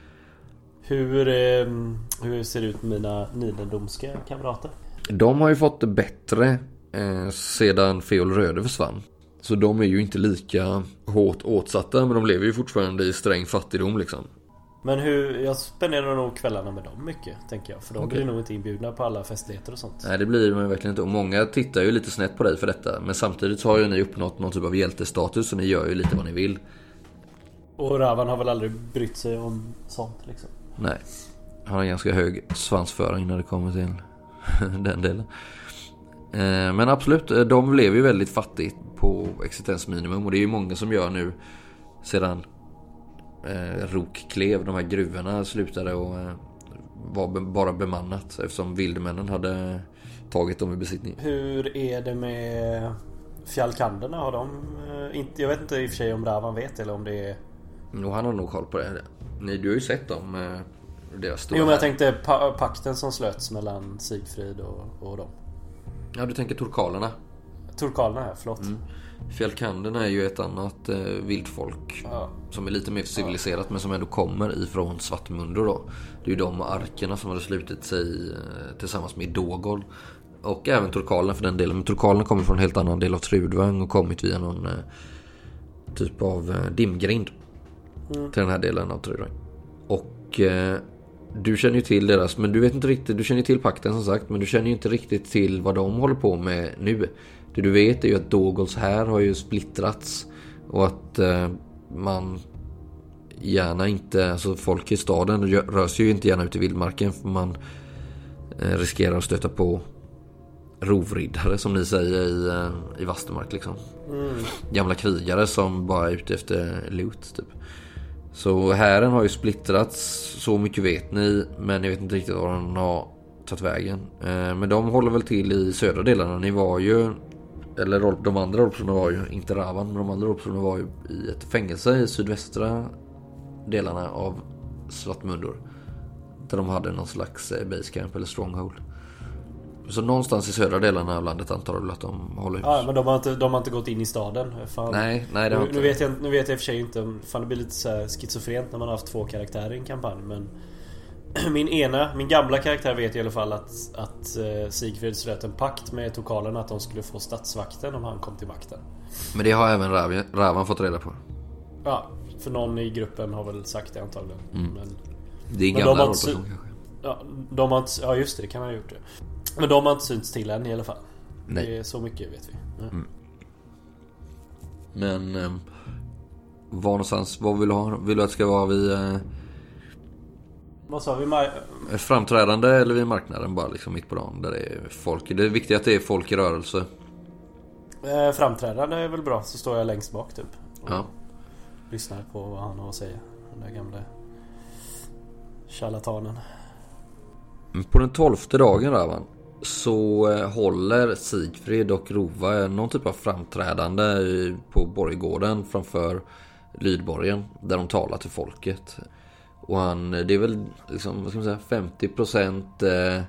Hur, eh, hur ser det ut med mina nidendomska kamrater? De har ju fått det bättre eh, sedan Feol Röde försvann. Så de är ju inte lika hårt åtsatta, men de lever ju fortfarande i sträng fattigdom liksom. Men hur, jag spenderar nog kvällarna med dem mycket, tänker jag. För de Okej. blir nog inte inbjudna på alla festligheter och sånt. Nej, det blir man verkligen inte. Och många tittar ju lite snett på dig för detta. Men samtidigt så har ju ni uppnått någon typ av hjältestatus. Så ni gör ju lite vad ni vill. Och Ravan har väl aldrig brytt sig om sånt liksom. Nej, han har ganska hög svansföring när det kommer till den delen. eh, Men absolut, de lever ju väldigt fattigt på existensminimum. Och det är ju många som gör nu. Sedan eh, Rokklev, de här gruvorna slutade och eh, var be- bara bemannat. Eftersom vildmännen hade tagit dem i besittning. Hur är det med fjallkanderna? Har de eh, inte, jag vet inte i och för sig om Ravan vet eller om det är... Och han har nog koll på det. Nej, du har ju sett dem eh, deras stora... Jo, men jag tänkte pa- pakten som slöts mellan Sigfrid och, och dem. Ja, du tänker turkalerna. Turkalerna här, förlåt. Mm. Fjällkanderna är ju ett annat eh, vildfolk. Ja. Som är lite mer civiliserat, men som ändå kommer ifrån Svartmundur då. Det är ju de arkerna som hade slutit sig eh, tillsammans med Dågol. Och även turkalerna för den delen. Men turkalerna kommer från en helt annan del av Trudvang och kommit via någon eh, typ av eh, dimgrind. Mm. Till den här delen av Trudvang. Och eh, du känner ju till deras, men du vet inte riktigt, du känner ju till pakten som sagt, men du känner ju inte riktigt till vad de håller på med nu. Det du vet är ju att Dågols här har ju splittrats och att eh, man gärna inte, alltså folk i staden rör sig ju inte gärna ut i vildmarken för man eh, riskerar att stöta på rovriddare som ni säger i, eh, i Vastermark liksom. Mm. Gamla krigare som bara är ute efter loot typ. Så hären har ju splittrats, så mycket vet ni, men jag vet inte riktigt var den har tagit vägen. Eh, men de håller väl till i södra delarna. Ni var ju, eller de andra rollpersonerna var ju, inte Ravan, men de andra rollpersonerna var ju i ett fängelse i sydvästra delarna av Svartmundur. Där de hade någon slags basecamp eller stronghold. Så någonstans i södra delarna av landet antar jag att de håller hus. Ja, men de har inte, de har inte gått in i staden. Fan. Nej, nej det har nu, inte. Nu vet, jag, nu vet jag i och för sig inte. Fan, det blir lite så här schizofrent när man har haft två karaktärer i en kampanj. Men min ena, min gamla karaktär vet i alla fall att, att uh, Sigfrid slöt en pakt med tokalerna att de skulle få stadsvakten om han kom till makten. Men det har även Rav, Ravan fått reda på. Ja, för någon i gruppen har väl sagt det antagligen. Mm. Men, det är men gamla de rollperson kanske. Ja, de har inte, ja just det, det kan man ha gjort det. Men de har inte synts till än i alla fall. Nej. Det är så mycket vet vi. Ja. Mm. Men eh, var någonstans, vad vill du ha? Vill du att det ska vara vid eh, Vad sa vi? Mar- framträdande eller vid marknaden bara liksom mitt på dagen där det är folk. Det är viktigt att det är folk i rörelse. eh, Framträdande är väl bra. Så står jag längst bak typ och Ja. lyssnar på vad han har att säga. Den där gamla charlatanen. På den tolfte dagen Ravan så eh, håller Sigfrid och Rova någon typ av framträdande i, på borggården framför Lydborgen där de talar till folket. Och han, det är väl liksom, vad ska man säga, femtio procent eh,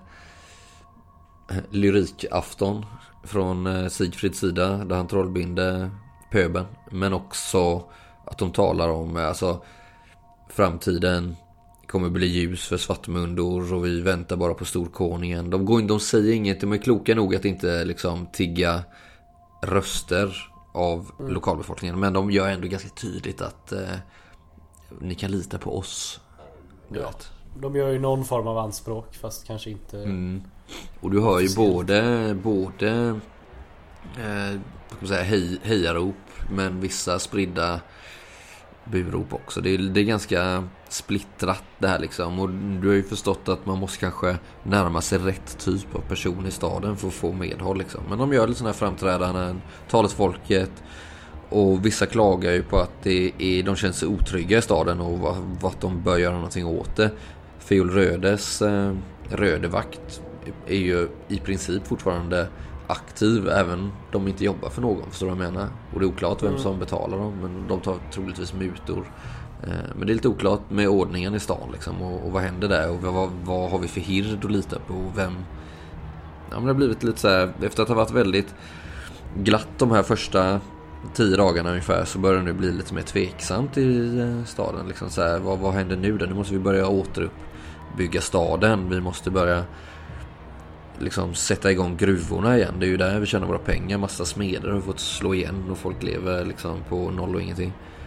lyrikafton från eh, Sigfrids sida där han trollbinder pöben. Men också att de talar om eh, alltså framtiden kommer bli ljus för Svartmundur och vi väntar bara på storkonungen. De går in, de säger inget, de är kloka nog att inte liksom tigga röster av mm. lokalbefolkningen, men de gör ändå ganska tydligt att eh, ni kan lita på oss. Du Ja, vet. de gör ju någon form av anspråk fast kanske inte. Mm. Och du hör ju både både eh, vad ska man säga, hej, hejarop men vissa spridda burop också. Det är, det är ganska splittrat det här liksom. Och du har ju förstått att man måste kanske närma sig rätt typ av person i staden för att få medhåll liksom. Men de gör lite sådana här framträdanden, talar till folket. Och vissa klagar ju på att det är, de känner sig otrygga i staden och vad, vad de bör göra någonting åt det. Fiol Rödes eh, rödevakt är ju i princip fortfarande aktiv även de inte jobbar för någon, förstår du vad jag menar? Och det är oklart vem Mm. som betalar dem, men de tar troligtvis mutor. Eh, men det är lite oklart med ordningen i stan liksom, och, och vad händer där och vad, vad har vi för hird att lita på och vem. Ja, men det har blivit lite så här, efter att ha varit väldigt glatt de här första tio dagarna ungefär, så börjar det nu bli lite mer tveksamt i eh, staden liksom så här, vad, vad händer nu då? Nu måste vi börja återuppbygga staden, vi måste börja liksom sätta igång gruvorna igen. Det är ju där vi tjänar våra pengar. Massa smeder har fått slå igen och folk lever liksom på noll och ingenting.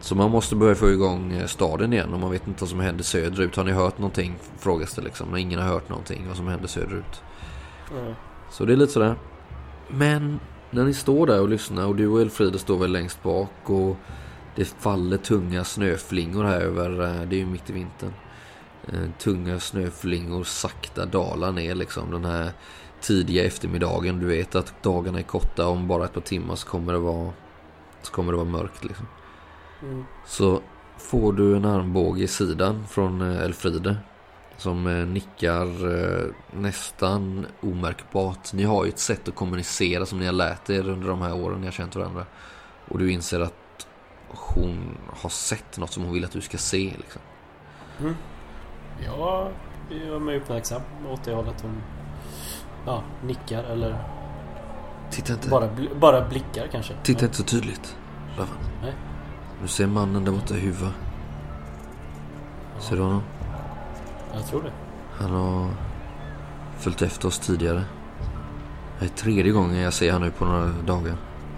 Så man måste börja få igång staden igen. Och man vet inte vad som händer söderut. Har ni hört någonting? Frågas det liksom. När ingen har hört någonting vad som händer söderut. Mm. Så det är lite sådär. Men när ni står där och lyssnar. Och du och Elfrida står väl längst bak. Och det faller tunga snöflingor här över. Det är ju mitt i vintern. Tunga snöflingor sakta dalar ner liksom. Den här tidiga eftermiddagen. Du vet att dagarna är korta. Om bara ett par timmar så kommer det vara, så kommer det vara mörkt liksom. Mm. Så får du en armbåge i sidan från Elfrida som nickar nästan omärkbart. Ni har ju ett sätt att kommunicera som ni har lärt er under de här åren ni har känt varandra. Och du inser att hon har sett något som hon vill att du ska se liksom. Mm. Ja, jag är med uppmärksam åt det hållet hon ja, nickar eller Titta inte. Bara, bl- bara blickar kanske. Titta Nej. inte så tydligt. Ravan. Nej. Du ser mannen där borta i huvudet. Ja. Ser du honom? Jag tror det. Han har följt efter oss tidigare. Det är tredje gången jag ser han nu på några dagar.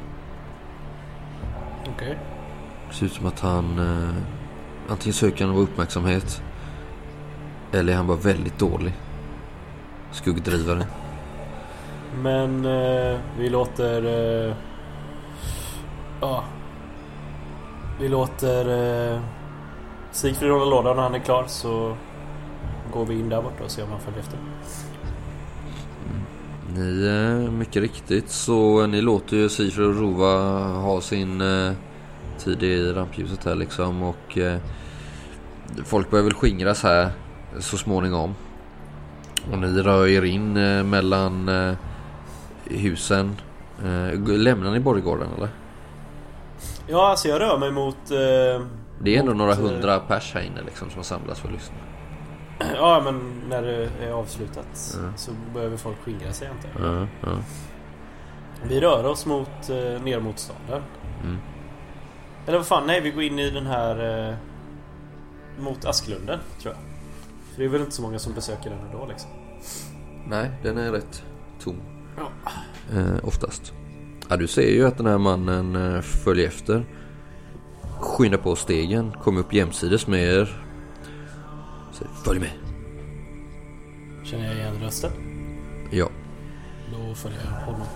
Okej. Okay. Det ser ut som att han eh, antingen söker han uppmärksamhet eller är han bara väldigt dålig skuggdrivare. Men eh, vi låter eh, ja vi låter eh, Sigfrid hålla lådan när han är klar, så går vi in där borta och ser om han följer efter. Mm. Ni, eh, mycket riktigt, så ni låter ju Sigfrid och Rova ha sin eh, tid i rampljuset här liksom, och eh, folk börjar väl skingras här så småningom. Och ni rör er in eh, mellan eh, husen. Eh, lämnar ni borggården eller? Ja, alltså jag rör mig mot eh, det är ändå mot, några hundra pers här inne liksom, som har samlats för att lyssna. Ja, men när det är avslutat mm. så behöver folk skingra sig inte. Mm, mm. Vi rör oss mot eh, ner mot staden. Mm. Eller vad fan, nej, vi går in i den här eh, mot Asklunden, tror jag. För det är väl inte så många som besöker den ändå liksom. Nej, den är rätt tom. Ja. Eh, oftast. Ja, du ser ju att den här mannen eh, följer efter. Skyndar på stegen. Kommer upp jämsides med er. Så, följ med. Känner jag igen rösten? Ja. Då följer jag honom.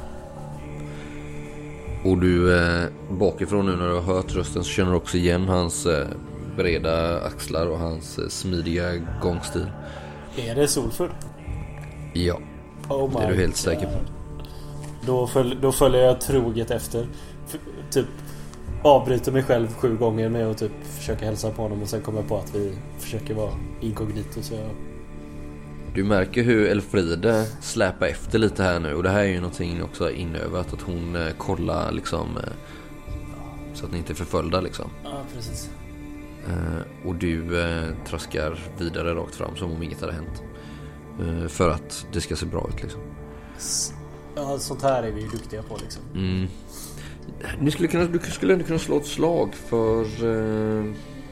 Och du eh, bakifrån nu när du har hört rösten så känner du också igen hans eh, breda axlar och hans eh, smidiga gångstil. Är det Solfur? Ja. Oh det är du helt säker på. Då, följ, då följer jag troget efter. F- typ avbryter mig själv sju gånger med att typ försöka hälsa på honom, och sen kommer jag på att vi försöker vara inkognito, så jag... Du märker hur Elfrida släpar efter lite här nu. Och det här är ju någonting också inövat, att hon eh, kollar liksom eh, så att ni inte är förföljda liksom. Ja, precis. Eh, och du eh, traskar vidare rakt fram som om inget hade hänt. Eh, för att det ska se bra ut liksom. Ja, sånt här är vi ju duktiga på liksom. Mm. Ni skulle kunna, du skulle ändå kunna slå ett slag för eh,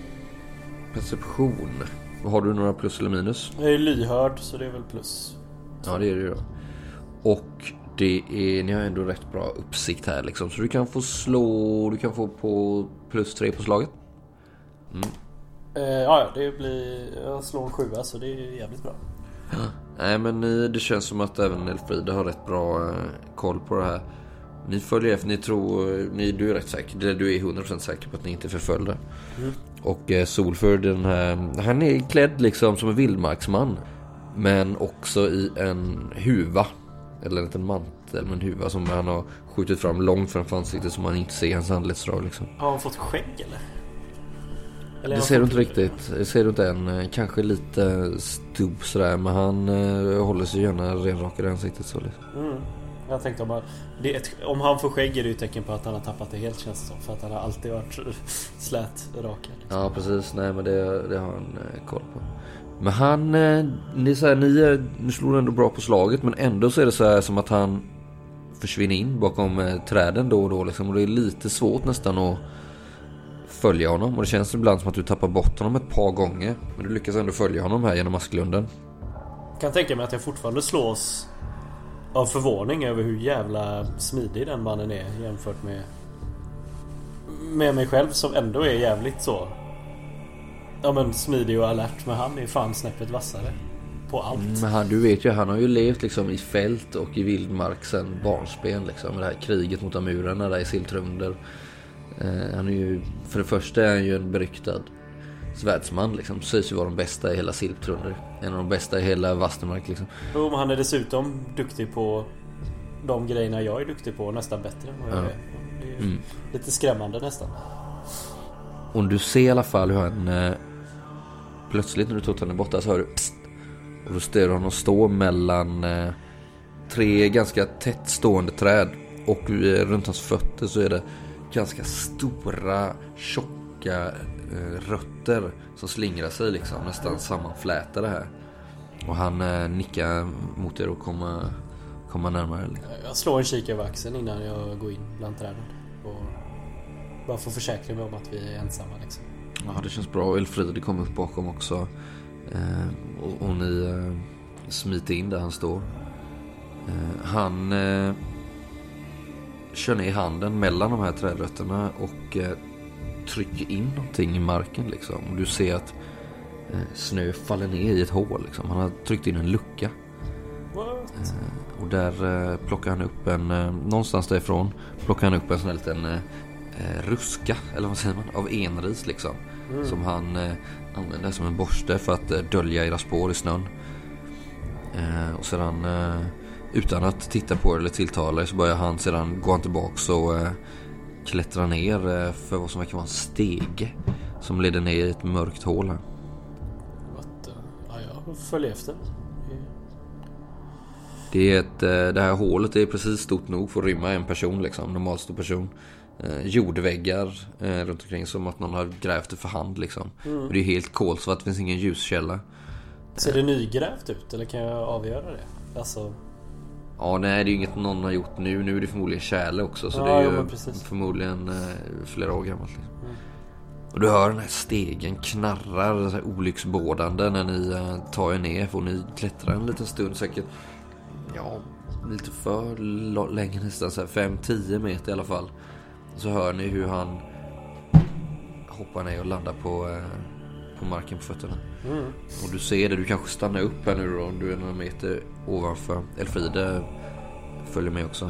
perception. Har du några plus eller minus? Jag är lyhörd, så det är väl plus. Ja, det är det ju då. Och det är, ni har ändå rätt bra uppsikt här liksom. Så du kan få slå, du kan få på plus tre på slaget. Mm. Eh, ja, det blir, jag slår en sjua, så det är jävligt bra. Ja. Nej, men ni, det känns som att även Elfrida har rätt bra eh, koll på det här. Ni följer efter, ni tror, ni, du är rätt säker, du är hundra procent säker på att ni inte är förföljda. Mm. Och eh, Solfur, den här, han är klädd liksom som en vildmarksman, men också i en huva, eller inte en mantel, men en huva som han har skjutit fram långt framför ansiktet, så man inte ser hans anletsdrag liksom. Har han fått skägg eller? eller det ser du inte riktigt, det ser du inte än, kanske lite stubb sådär, men han eh, håller sig gärna renrakad i ansiktet så liksom. Mm. Jag tänkte om, det är ett, om han får skägg är det ju tecken på att han har tappat det helt, känns det som. För att han har alltid varit slät rakad. Liksom. Ja, precis. Nej, men det, det har han eh, koll på. Men han, eh, ni, så här, ni, ni slår ändå bra på slaget, men ändå så är det så här som att han försvinner in bakom eh, träden då och då. Liksom, och det är lite svårt nästan att följa honom. Och det känns ibland som att du tappar bort honom ett par gånger. Men du lyckas ändå följa honom här genom Asklunden. Jag kan tänka mig att jag fortfarande slås av förvåning över hur jävla smidig den mannen är jämfört med med mig själv som ändå är jävligt så, ja men smidig och alert, men han är fan snäppet vassare på allt. Mm, men han, du vet ju, han har ju levt liksom i fält och i vildmark sedan barnsben liksom, med det här kriget mot amurerna där i Siltrunder. eh, Han är ju, för det första är han ju en beryktad svärdsman liksom, sägs ju vara de bästa i hela Siltrunder, en av de bästa i hela Vastenmark liksom. Jo, men han är dessutom duktig på de grejerna jag är duktig på, nästan bättre än vad jag ja. är. Det är mm. lite skrämmande nästan. Och du ser i alla fall hur han eh, plötsligt när du tog honom borta så hör du pst, och då står han och står mellan eh, tre ganska tätt stående träd, och eh, runt hans fötter så är det ganska stora tjocka eh, rötter som slingrar sig liksom, nästan sammanflätade här. Och han eh, nickar mot er och kommer komma närmare liksom. Jag slår en kik över axeln innan jag går in bland träden och bara får försäkra mig om att vi är ensamma liksom. Ja, det känns bra. Elfrid kommer upp bakom också. Eh, och, och ni eh, smiter in där han står. Eh, han eh, kör ner handen mellan de här trädrötterna och eh, trycker in någonting i marken liksom. Och du ser att eh, snö faller ner i ett hål liksom. Han har tryckt in en lucka. Eh, och där eh, plockar han upp en eh, någonstans därifrån plockar han upp en sån här liten eh, ruska, eller vad säger man, av enris liksom. Mm. Som han eh, använder som en borste för att eh, dölja era spår i snön. Eh, och sedan eh, utan att titta på det eller tilltala så börjar han sedan gå han tillbaks och eh, klättra ner eh, för vad som verkar vara en stege som leder ner i ett mörkt hål här. What, uh, ja, jag följer efter. Det är ett, eh, det här hålet är precis stort nog för att rymma en person liksom, normalt stor person. Eh, jordväggar eh, runt omkring som att någon har grävt det för hand liksom. Mm. Och det är helt kolsvart, det finns ingen ljuskälla. Ser det nygrävt ut eller kan jag avgöra det? Alltså... Ja, nej, det är ju inget någon har gjort nu. Nu är det förmodligen kärle också, så ja, det är ju ja, förmodligen eh, flera år gammalt liksom. Mm. Och du hör den här stegen knarrar så här olycksbådande när ni eh, tar er ner, för ni klättrar en liten stund säkert. Ja, lite för länge nästan, så här fem till tio meter i alla fall. Så hör ni hur han hoppar ner och landar på, eh, på marken på fötterna. Mm. Och du ser det, du kanske stannar upp här nu då, om du är några meter ovanför. Elfride följer med också.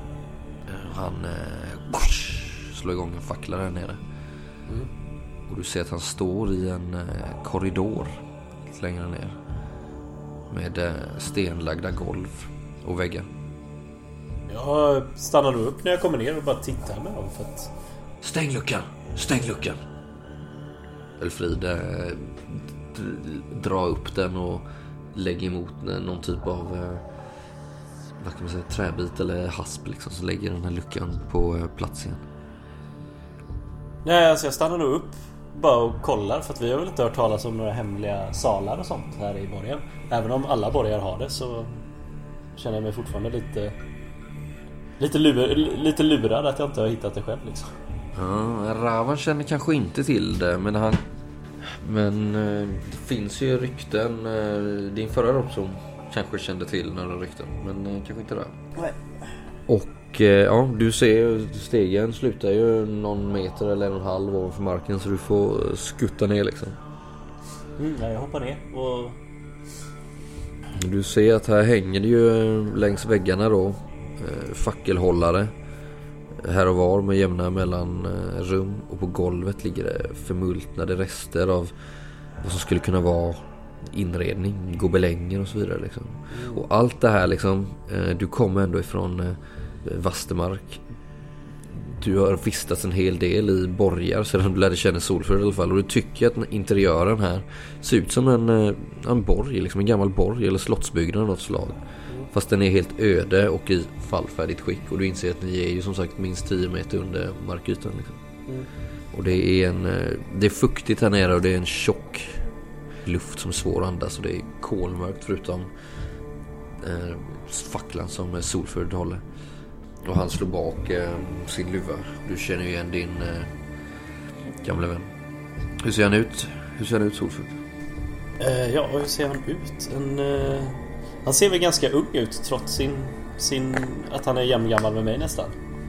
Han eh, slår igång en fackla där nere. Mm. Och du ser att han står i en eh, korridor lite längre ner. Med eh, stenlagda golv och väggar. Jag stannar då upp när jag kommer ner och bara tittar med dem för att... Stäng luckan! Stäng luckan! Elfride eh, drar upp den och lägger emot någon typ av eh, vad kan man säga, träbit eller hasp liksom, så lägger den här luckan på eh, plats igen. Nej, alltså jag stannar nog upp bara och kollar, för att vi har väl inte hört talas om några hemliga salar och sånt här i borgen. Även om alla borgar har det så känner jag mig fortfarande lite lite, lur, lite lurad att jag inte har hittat det själv liksom. Ja, Ravan känner kanske inte till det, men han men eh, det finns ju rykten. Eh, din förra Robson kanske kände till några rykten, men eh, kanske inte det. Nej. Och eh, ja, du ser stegen slutar ju någon meter eller en och en halv ovanför marken, så du får skutta ner liksom. Mm, ja, jag hoppar ner och du ser att här hänger det ju längs väggarna då eh, fackelhållare här och var med jämna mellan eh, rum, och på golvet ligger det förmultnade rester av vad som skulle kunna vara inredning, gobelänger och så vidare liksom. Mm. Och allt det här liksom, eh, du kommer ändå ifrån eh, Vastenmark. Du har vistats en hel del i borgar sedan du lärde känna Solfjord i alla fall, och du tycker att interiören här ser ut som en, en borg, liksom en gammal borg eller slottsbyggnad av något slag. Mm. Fast den är helt öde och i fallfärdigt skick, och du inser att ni är ju som sagt minst tio meter under markytan liksom. Mm. Och det är en det är fuktigt här nere, och det är en tjock luft som är svår att andas, och det är kolmörkt förutom eh, facklan som Solfjord håller. Och han slår bak eh, sin luva. Du känner ju igen din eh, gamla vän. Hur ser han ut? Hur ser han ut, Solfjord? Eh, ja, hur ser han ut? En, eh, han ser väl ganska ung ut trots sin, sin att han är jämngammal med mig nästan.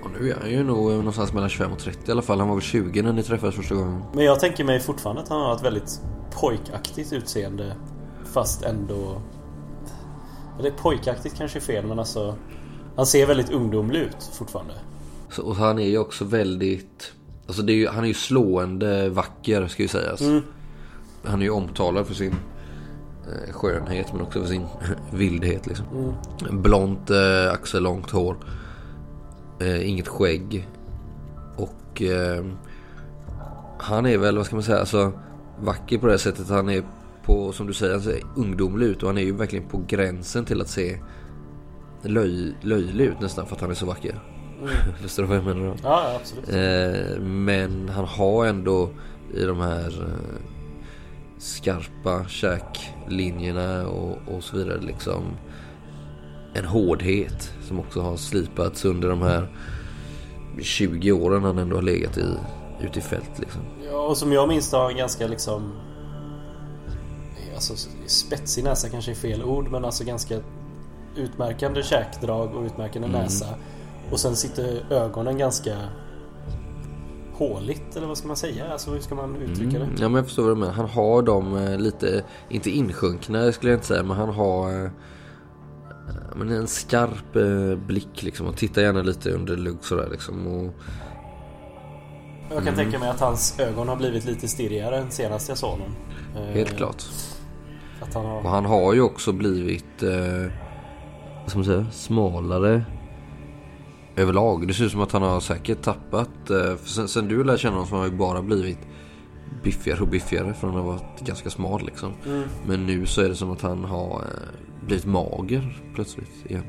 Och nu är han ju nog någonstans mellan tjugofem och trettio i alla fall. Han var väl tjugo när ni träffades första gången. Men jag tänker mig fortfarande att han har ett väldigt pojkaktigt utseende. Fast ändå... Eller pojkaktigt kanske är fel, men alltså... Han ser väldigt ungdomlig ut fortfarande. Så, och han är ju också väldigt... Alltså det är ju, han är ju slående vacker, ska ju sägas. Mm. Han är ju omtalad för sin eh, skönhet, men också för sin vildhet liksom. Mm. Blont, eh, axellångt hår. Eh, inget skägg. Och eh, han är väl, vad ska man säga, alltså vacker på det sättet. Han är på, som du säger, han ser ungdomlig ut. Och han är ju verkligen på gränsen till att se löj, löjlig ut nästan, för att han är så vacker. Mm. Förstår du vad jag menar då? Ja, absolut. Eh, men han har ändå i de här eh, skarpa käklinjerna och, och så vidare liksom en hårdhet som också har slipats under de här tjugo åren han ändå har legat i, ute i fält liksom. Ja, och som jag minns har en ganska liksom, alltså spetsig näsa kanske är fel ord, men alltså ganska utmärkande käkdrag och utmärkande mm. näsa. Och sen sitter ögonen ganska håligt, eller vad ska man säga? Alltså hur ska man uttrycka det? Mm. Ja, men jag förstår vad du menar. Han har dem eh, lite, inte insjunkna skulle jag inte säga, men han har eh, men en skarp eh, blick liksom. Och tittar gärna lite under lugg sådär liksom. Och, jag kan mm. tänka mig att hans ögon har blivit lite stirrigare än senast jag såg honom. Helt eh, klart. Att han har... Och han har ju också blivit eh, vad ska man säga, smalare överlag. Det ser ut som att han har säkert tappat för sen, sen du lär känna honom så har han ju bara blivit biffigare och biffigare från att ha varit ganska smal liksom. Mm. Men nu så är det som att han har blivit mager plötsligt igen.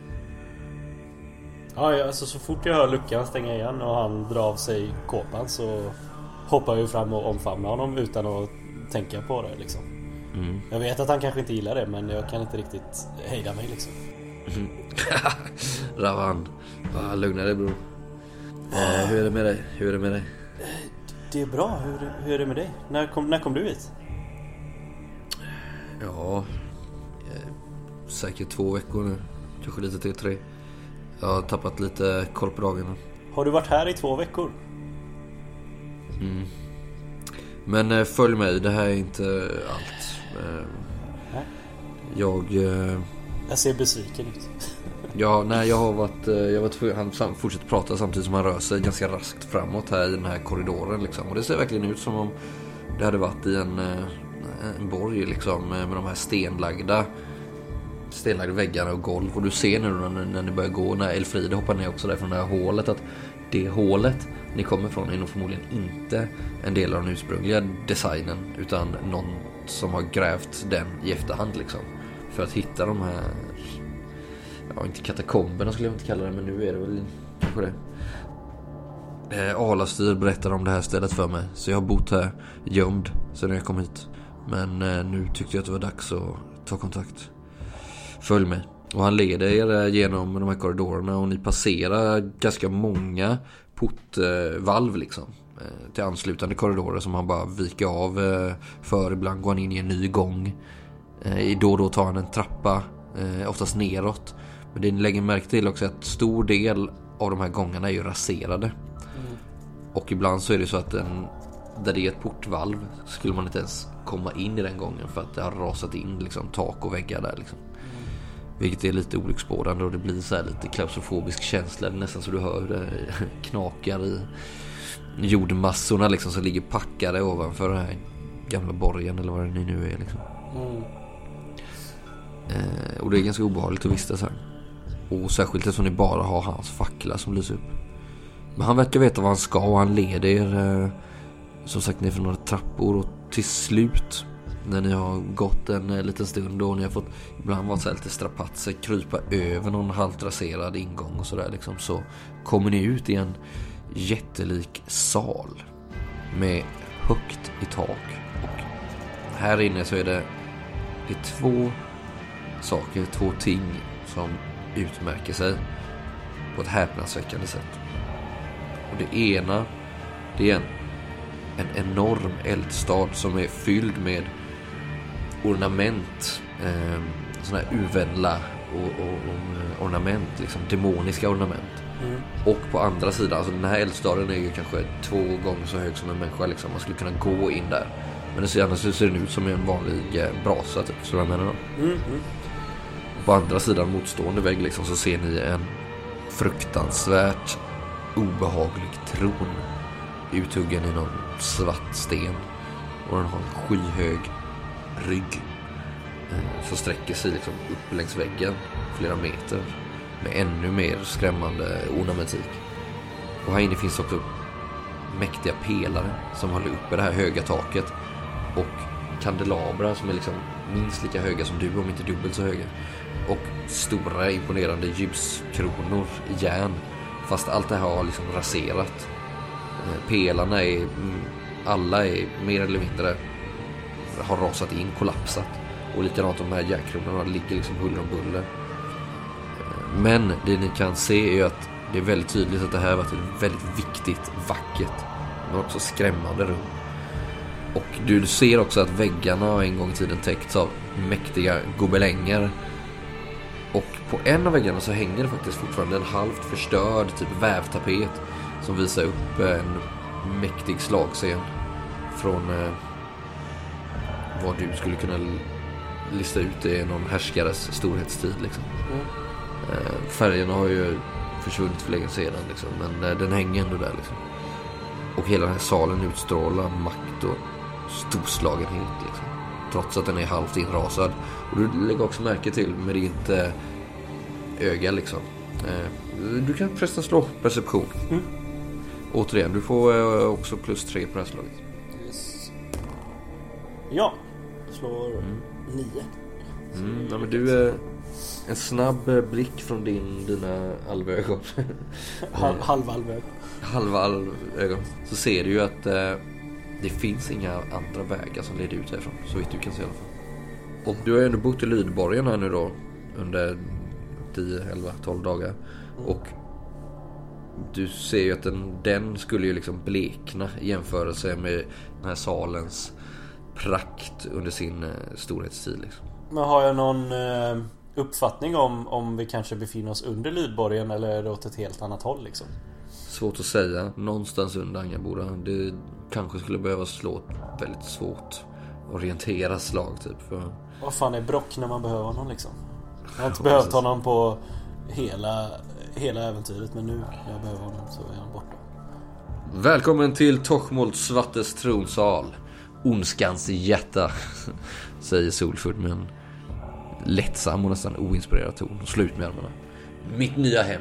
Ja, alltså så fort jag hör luckan stänga igen och han drar av sig kåpan så hoppar jag ju fram och omfamnar honom utan att tänka på det liksom. Mm. Jag vet att han kanske inte gillar det, men jag kan inte riktigt hejda mig liksom. Mm. Ravan, bara lugna dig bror. eh, Hur är det med dig? Hur är det med dig? Det är bra, hur, hur är det med dig? När kom, när kom du hit? Ja, säkert två veckor nu. Kanske lite till tre. Jag har tappat lite koll på dagarna. Har du varit här i två veckor? Mm. Men eh, följ mig, det här är inte allt. eh, Nej. Jag eh, Jag ser besviken ut. Ja, nej, jag har varit, jag har varit han fortsätter prata samtidigt som han rör sig ganska raskt framåt här i den här korridoren liksom. Och det ser verkligen ut som om det hade varit i en, en borg liksom, med de här stenlagda stenlagda väggarna och golv. Och du ser nu när, när ni börjar gå, när Elfride hoppar ner också där från det här hålet, att det hålet ni kommer från är nog förmodligen inte en del av den ursprungliga designen, utan någon som har grävt den i efterhand liksom, för att hitta de här, ja, inte katakomberna skulle jag inte kalla det, men nu är det väl kanske det. eh, Alastyr berättade om det här stället för mig, så jag har bott här gömd sedan jag kom hit. Men eh, nu tyckte jag att det var dags att ta kontakt. Följ mig. Och han leder er genom de här korridorerna och ni passerar ganska många portvalv liksom, eh, till anslutande korridorer som han bara viker av eh, för. Ibland går han in i en ny gång. eh, Då och då tar han en trappa, eh, oftast neråt. Men det lägger märke till också att stor del av de här gångarna är ju raserade. Mm. Och ibland så är det så att en, där det är ett portvalv skulle man inte ens komma in i den gången för att det har rasat in liksom, tak och väggar där liksom. Mm. Vilket är lite olycksbådande och det blir så här lite klaustrofobisk känsla, nästan så du hör hur det knakar i jordmassorna liksom, som ligger packade ovanför den här gamla borgen eller vad det nu är liksom. Mm. Eh, och det är ganska obehagligt att vistas här. Och särskilt eftersom ni bara har hans fackla som lyser upp. Men han verkar veta vad han ska och han leder er eh, som sagt ner för några trappor. Och till slut, när ni har gått en eh, liten stund och ni har fått ibland varit så här lite strapatser, krypa över någon halvt raserad ingång och sådär liksom, så kommer ni ut i en jättelik sal med högt i tak. Och här inne så är det, det är två saker, två ting som utmärker sig på ett häpnadsväckande sätt. Och det ena, det är en, en enorm eldstad som är fylld med ornament, eh, såna här uvenla och, och, och ornament, liksom demoniska ornament. Mm. Och på andra sidan, alltså den här eldstaden är ju kanske två gånger så hög som en människa liksom. Man skulle kunna gå in där. Men det ser, annars ser den ut som en vanlig eh, brasa typ, så jag menar då. Mm. Mm. På andra sidan motstående vägg liksom, så ser ni en fruktansvärt obehaglig tron uthuggen i någon svart sten. Och den har en skyhög rygg eh, som sträcker sig liksom upp längs väggen flera meter med ännu mer skrämmande ornamentik. Och här inne finns också mäktiga pelare som håller uppe det här höga taket och kandelabrar som är liksom minst lika höga som du, om inte dubbelt så höga, och stora imponerande ljuskronor i järn, fast allt det här har liksom raserat. Pelarna är, alla är mer eller mindre har rasat in, kollapsat, och likadant de här järnkronorna ligger liksom huller om buller. Men det ni kan se är ju att det är väldigt tydligt att det här har varit ett väldigt viktigt, vackert men också skrämmande rum. Och du ser också att väggarna har en gång i tiden täckts av mäktiga gobelänger. Och på en av väggarna så hänger det faktiskt fortfarande en halvt förstörd typ vävtapet som visar upp en mäktig slagscen från eh, vad du skulle kunna lista ut i någon härskares storhetstid liksom. Mm. Eh, färgerna har ju försvunnit för länge sedan liksom, men eh, den hänger ändå där liksom. Och hela den här salen utstrålar makt och storslagenhet liksom, trots att den är halvt inrasad. Och du lägger också märke till med ditt eh, öga liksom. Eh, du kan förresten slå perception. Mm. Återigen, du får eh, också plus tre på det här slaget. Yes. Ja, slår Mm. nio. Mm, ja, men du, eh, en snabb eh, blick från din, dina alvögon. Halv, halva alvögon. Halva alvögon. Så ser du ju att eh, det finns inga andra vägar som leder ut härifrån, så vitt du kan se i alla fall. Och du har ju ändå bott i Lydborgen här nu då under tio, elva, tolv dagar. Och du ser ju att den, den skulle ju liksom blekna i jämförelse med den här salens prakt under sin eh, storhetstid liksom. Men har jag någon eh, uppfattning om om vi kanske befinner oss under Lydborgen eller är det åt ett helt annat håll liksom? Svårt att säga. Någonstans under Angaboda. Det kanske skulle behöva slå ett väldigt svårt orientera slag typ för... Vad fan är Brock när man behöver honom liksom? Jag har inte behövt honom på hela, hela äventyret, men nu när jag behöver honom så är han borta. Välkommen till Tochmold Svartes tronsal. Ondskans hjärta, säger Solford med en lättsam och nästan oinspirerad ton. Slut med armarna. Mitt nya hem.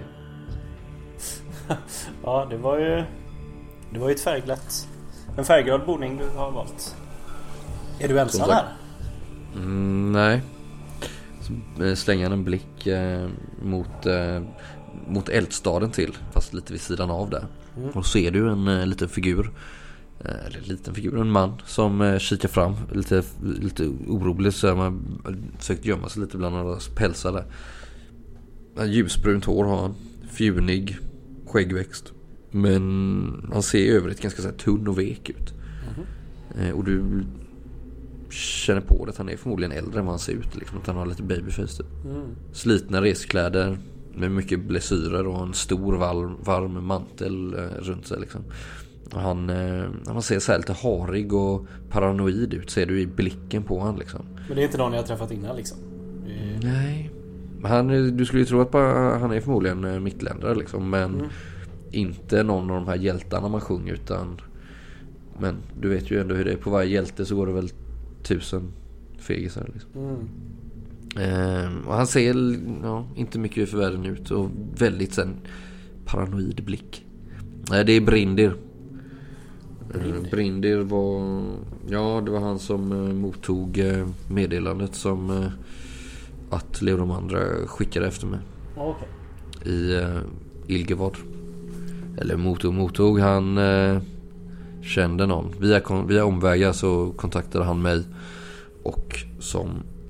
Ja, det var ju det var ju ett färgglatt, en färgglad boning du har valt. Är du ensam här? Mm, nej. Så slänger en blick eh, mot eh, mot eldstaden till, fast lite vid sidan av där. Mm. Och ser du en eh, liten figur, eh, eller liten figur, en man som eh, kikar fram lite lite orolig, så man försökt gömma sig lite bland alla pälsar där. En ljusbrunt hår har han, fjunig skäggväxt, men han ser i övrigt ganska så här tunn och vek ut. Mm. Eh, och du känner på det att han är förmodligen äldre än vad han ser ut liksom, att han har lite babyface typ. Mm. Slitna reskläder med mycket blessyrer och en stor varm, varm mantel eh, runt sig liksom. Och han, eh, han ser så här lite harig och paranoid ut, ser du i blicken på han liksom. Men det är inte någon jag har träffat innan liksom? Är... Nej. Han, du skulle ju tro att bara, han är förmodligen mittländare liksom, men mm. inte någon av de här hjältarna man sjunger, utan, men du vet ju ändå hur det är, på varje hjälte så går det väl tusen fegisar liksom. Mm. Ehm, och han ser ja, inte mycket för världen ut och väldigt sen paranoid blick. Nej, det är Brindir. Brindir. Brindir var, ja, det var han som uh, mottog uh, meddelandet som uh, att Leo de andra skickade efter mig. Okay. I uh, Ilgevod. Eller mottog, mottog han uh, kände någon. Via, via omvägar så kontaktade han mig. Och som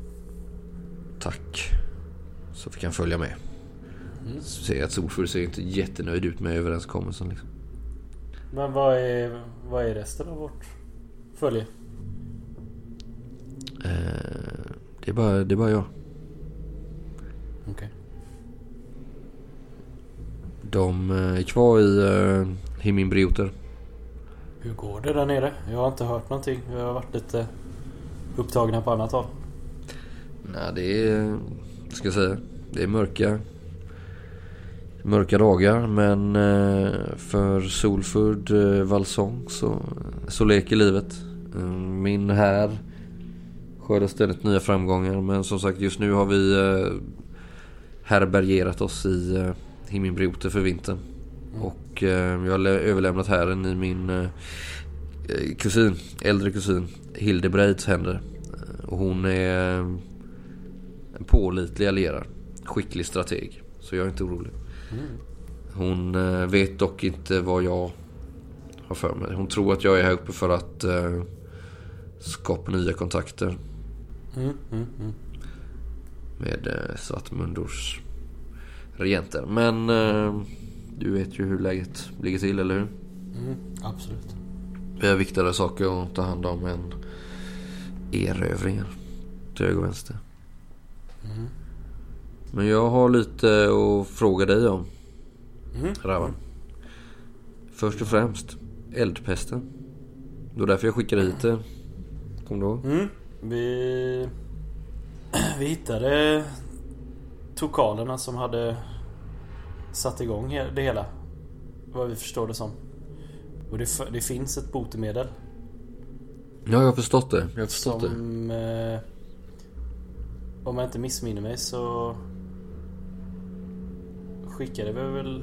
tack så fick han följa med. Mm. Så ser jag att Solfur ser inte jättenöjd ut med överenskommelsen liksom. Men vad är, vad är resten av vårt följe? Eh, det är bara, det är bara jag. Okej. Okay. De är kvar i uh, Himinbrioter. Hur går det där nere? Jag har inte hört någonting. Jag har varit lite upptagna på annat håll. Nej, det är... Ska jag säga. Det är mörka... Mörka dagar. Men uh, för Solfurd uh, Valsong så, så leker livet. Uh, min här skördar ständigt nya framgångar. Men som sagt, just nu har vi uh, härbärgerat oss i... Uh, Himinbrioter för vintern. Mm. Och eh, jag har överlämnat hären i min eh, kusin, äldre kusin Hildebreids händer. Och hon är eh, en pålitlig allierad, skicklig strateg. Så jag är inte orolig. Mm. Hon eh, vet dock inte vad jag har för mig. Hon tror att jag är här uppe för att eh, skapa nya kontakter. Mm, mm, mm. Med eh, Svartmundors regenter. Men eh, du vet ju hur läget ligger till, eller hur? Mm, absolut. Vi har viktigare saker att ta hand om än erövringar till höger och vänster. Mm. Men jag har lite att fråga dig om, mm. Ravan. Först och främst eldpesten. Det var därför jag skickade hit det. Kommer du ihåg? Mm. Vi Vi hittade tokalerna som hade satt igång det hela, vad vi förstår det som. Och det, det finns ett botemedel. Ja, jag har förstått det. Jag har förstått som, det. Eh, om jag inte missminner mig så skickade vi väl...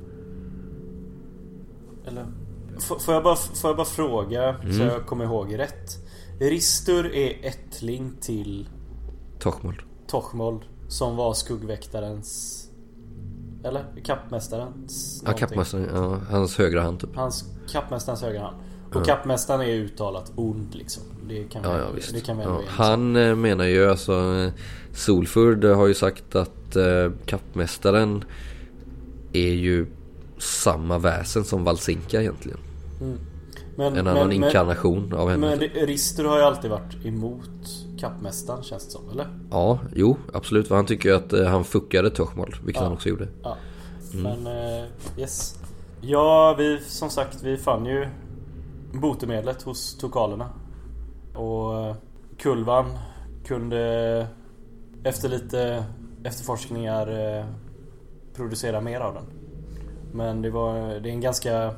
Eller... F- får, jag bara, får jag bara fråga mm. så jag kommer ihåg rätt. Ristur är ättling till Tochmold. Tochmold som var skuggväktarens... Eller? Kappmästarens... Ja, kappmästaren. Ja, hans högra hand typ. Hans kappmästarens högra hand. Och ja. Kappmästaren är uttalat ond liksom. Det kan vi, ja, ja, visst. Det kan vi ja, han äh, menar ju alltså Solfurd har ju sagt att äh, kappmästaren är ju samma väsen som Valsinka egentligen. Mm. Men, en annan men, inkarnation men, av henne. Men Ristur har ju alltid varit emot kappmästaren, känns det som, eller? Ja, jo, absolut. För han tycker ju att äh, han fuckade Tochmold, vilket ja. han också gjorde. Ja. Mm. Men, äh, yes. Ja, vi, som sagt, vi fann ju botemedlet hos tokalerna. Och Kulvan kunde efter lite efterforskningar eh, producera mer av den. Men det var det är en ganska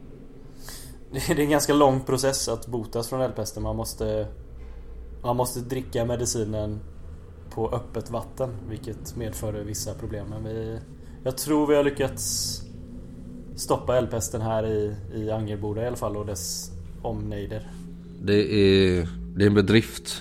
det är en ganska lång process att botas från eldpesten. Man måste man måste dricka medicinen på öppet vatten, vilket medför vissa problem. Men vi jag tror vi har lyckats stoppa eldpesten här i i Angerboda i alla fall och dess omnejder. Det är, det är en bedrift.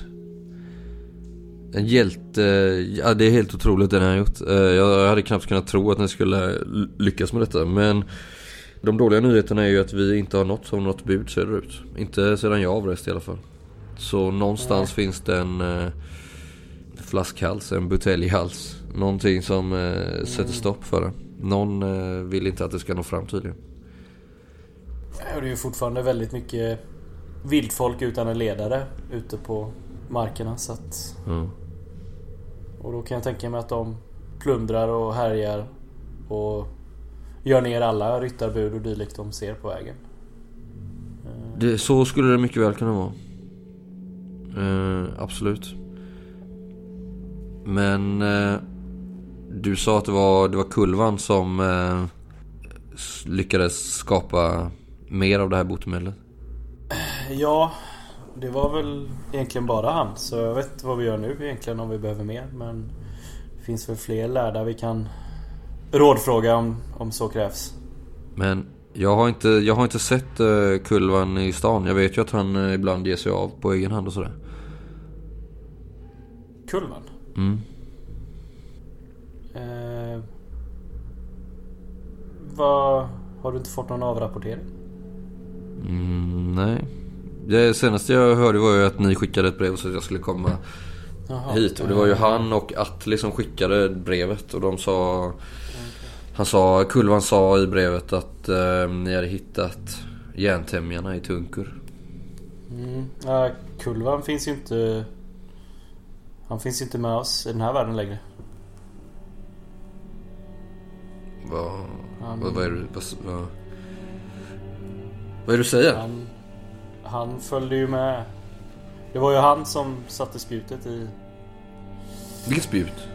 En hjälte. Ja, det är helt otroligt det ni har gjort. Jag hade knappt kunnat tro att ni skulle lyckas med detta. Men de dåliga nyheterna är ju att vi inte har nått som något bud söderut. Inte sedan jag avrest i alla fall. Så någonstans Nej. finns det en uh, flaskhals, en buteljhals. Någonting som uh, sätter stopp för det. Någon uh, vill inte att det ska nå fram tydligen. Ja, det är ju fortfarande väldigt mycket vildfolk utan en ledare ute på markerna, så att mm. och då kan jag tänka mig att de plundrar och härjar och gör ner alla ryttarbud och dylikt de ser på vägen. Det, så skulle det mycket väl kunna vara. Uh, absolut. Men uh, du sa att det var, det var Kulvan som uh, lyckades skapa mer av det här botemedlet. Ja, det var väl egentligen bara han. Så jag vet inte vad vi gör nu egentligen, om vi behöver mer. Men det finns väl fler lärda vi kan rådfråga om, om så krävs. Men jag har inte, jag har inte sett uh, Kulvan i stan. Jag vet ju att han uh, ibland ger sig av på egen hand och sådär. Kulvan? Mm. Eh, vad, har du inte fått någon avrapportering? Mm, nej. Det senaste jag hörde var ju att ni skickade ett brev så att jag skulle komma Aha, hit. Och det var ju han och Atli som skickade brevet. Och de sa okay. Han sa, Kulvan sa i brevet att eh, ni hade hittat järntämjarna i Tunkur. Mm. Ja, Kulvan finns ju inte. Han finns ju inte med oss i den här världen längre. Vad, han, vad, vad är det vad, vad, vad är det du säger? Han, han följde ju med. Det var ju han som satte spjutet i... Vilket spjut?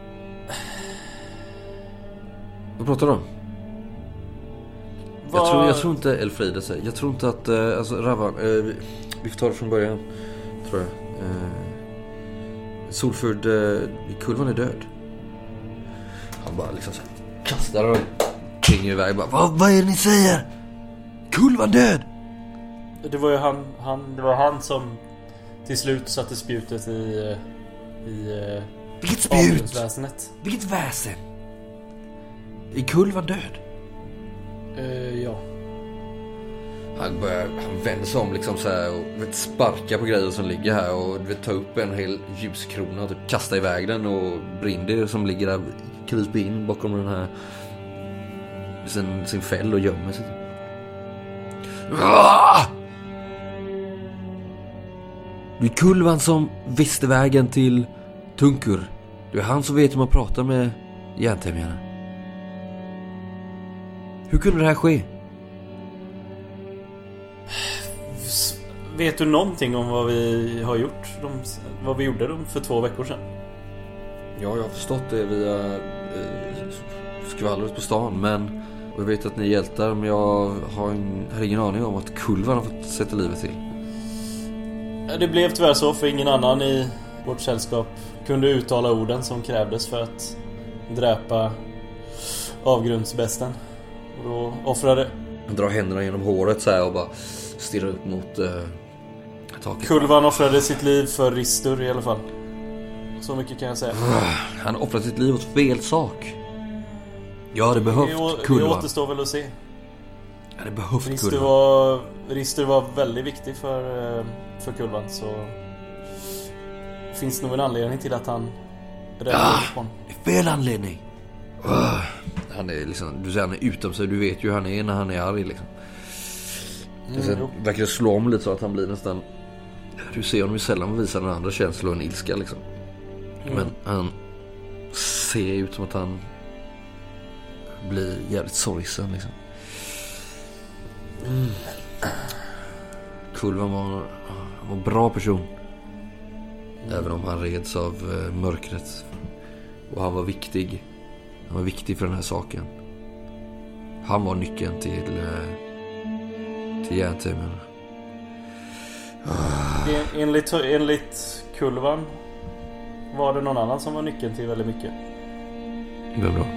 Vad pratar du om? Var... Jag, tror, jag tror inte Elfrida säger. Jag tror inte att eh, alltså, Ravan eh, vi, vi får ta det från början. Tror jag eh, Solfurd eh, Kulvan är död. Han bara liksom så här, kastar och springer iväg bara, vad, vad är det ni säger? Kulvan död! Det var ju han, han, det var han som till slut satte spjutet i i Vilket spjut? avgrundsväsendet. Vilket väsen? Är Kulvan död? Uh, ja. Han börjar, han vänder sig om liksom så här och vet, sparka på grejer som ligger här och vet, ta upp en hel ljuskrona och typ kasta iväg den, och Brindy som ligger där kryper in bakom den här sin, sin fäll och gömmer sig. Ah! Det är Kulvan som visste vägen till Tunkur. Det är han som vet hur man pratar med järntämjarna. Hur kunde det här ske? Vet du någonting om vad vi har gjort? De, vad vi gjorde dem för två veckor sedan? Ja, jag har förstått det via eh, skvallret på stan, men och jag vet att ni är hjältar, men jag har, en, har ingen aning om att Kulvan har fått sätta livet till. Det blev tyvärr så, för ingen annan i vårt sällskap kunde uttala orden som krävdes för att dräpa avgrundsbesten. Och då offrade... Han drar händerna genom håret så här och bara stirrar upp mot uh, taket. Kulvan offrade sitt liv för Ristur i alla fall. Så mycket kan jag säga. Han offrade sitt liv åt fel sak. Ja, det behövt det, Kulvan. det återstår väl att se. Ja, det behövt Ristur Kulvan. var, Ristur var väldigt viktig för, för Kulvan, så finns nog en anledning till att han räddade Ja, på honom. det är fel anledning. Uh, han är liksom, du säger han är utom sig, du vet ju hur han är när han är arg liksom. Mm, sen verkar det slå om lite så att han blir nästan, du ser honom ju sällan visa den andra känslor än ilska liksom. Mm. Men han ser ut som att han blir jävligt sorgsen liksom. Mm. Kulvan var, han var en bra person. Mm. Även om han reds av uh, mörkret. Och han var viktig. Han var viktig för den här saken. Han var nyckeln till uh, till järntämjarna. En, enligt, enligt Kulvan var det någon annan som var nyckeln till väldigt mycket. Vem då?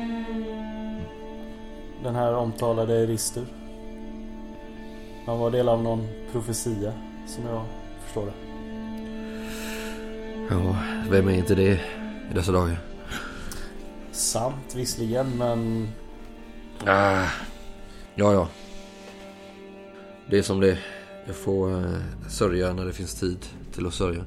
Den här omtalade Ristur. Han var del av någon profetia, som jag förstår det. Ja, vem är inte det i dessa dagar? Sant visserligen, men... Ah, ja, ja. Det är som det. Jag får uh, sörja när det finns tid till att sörja.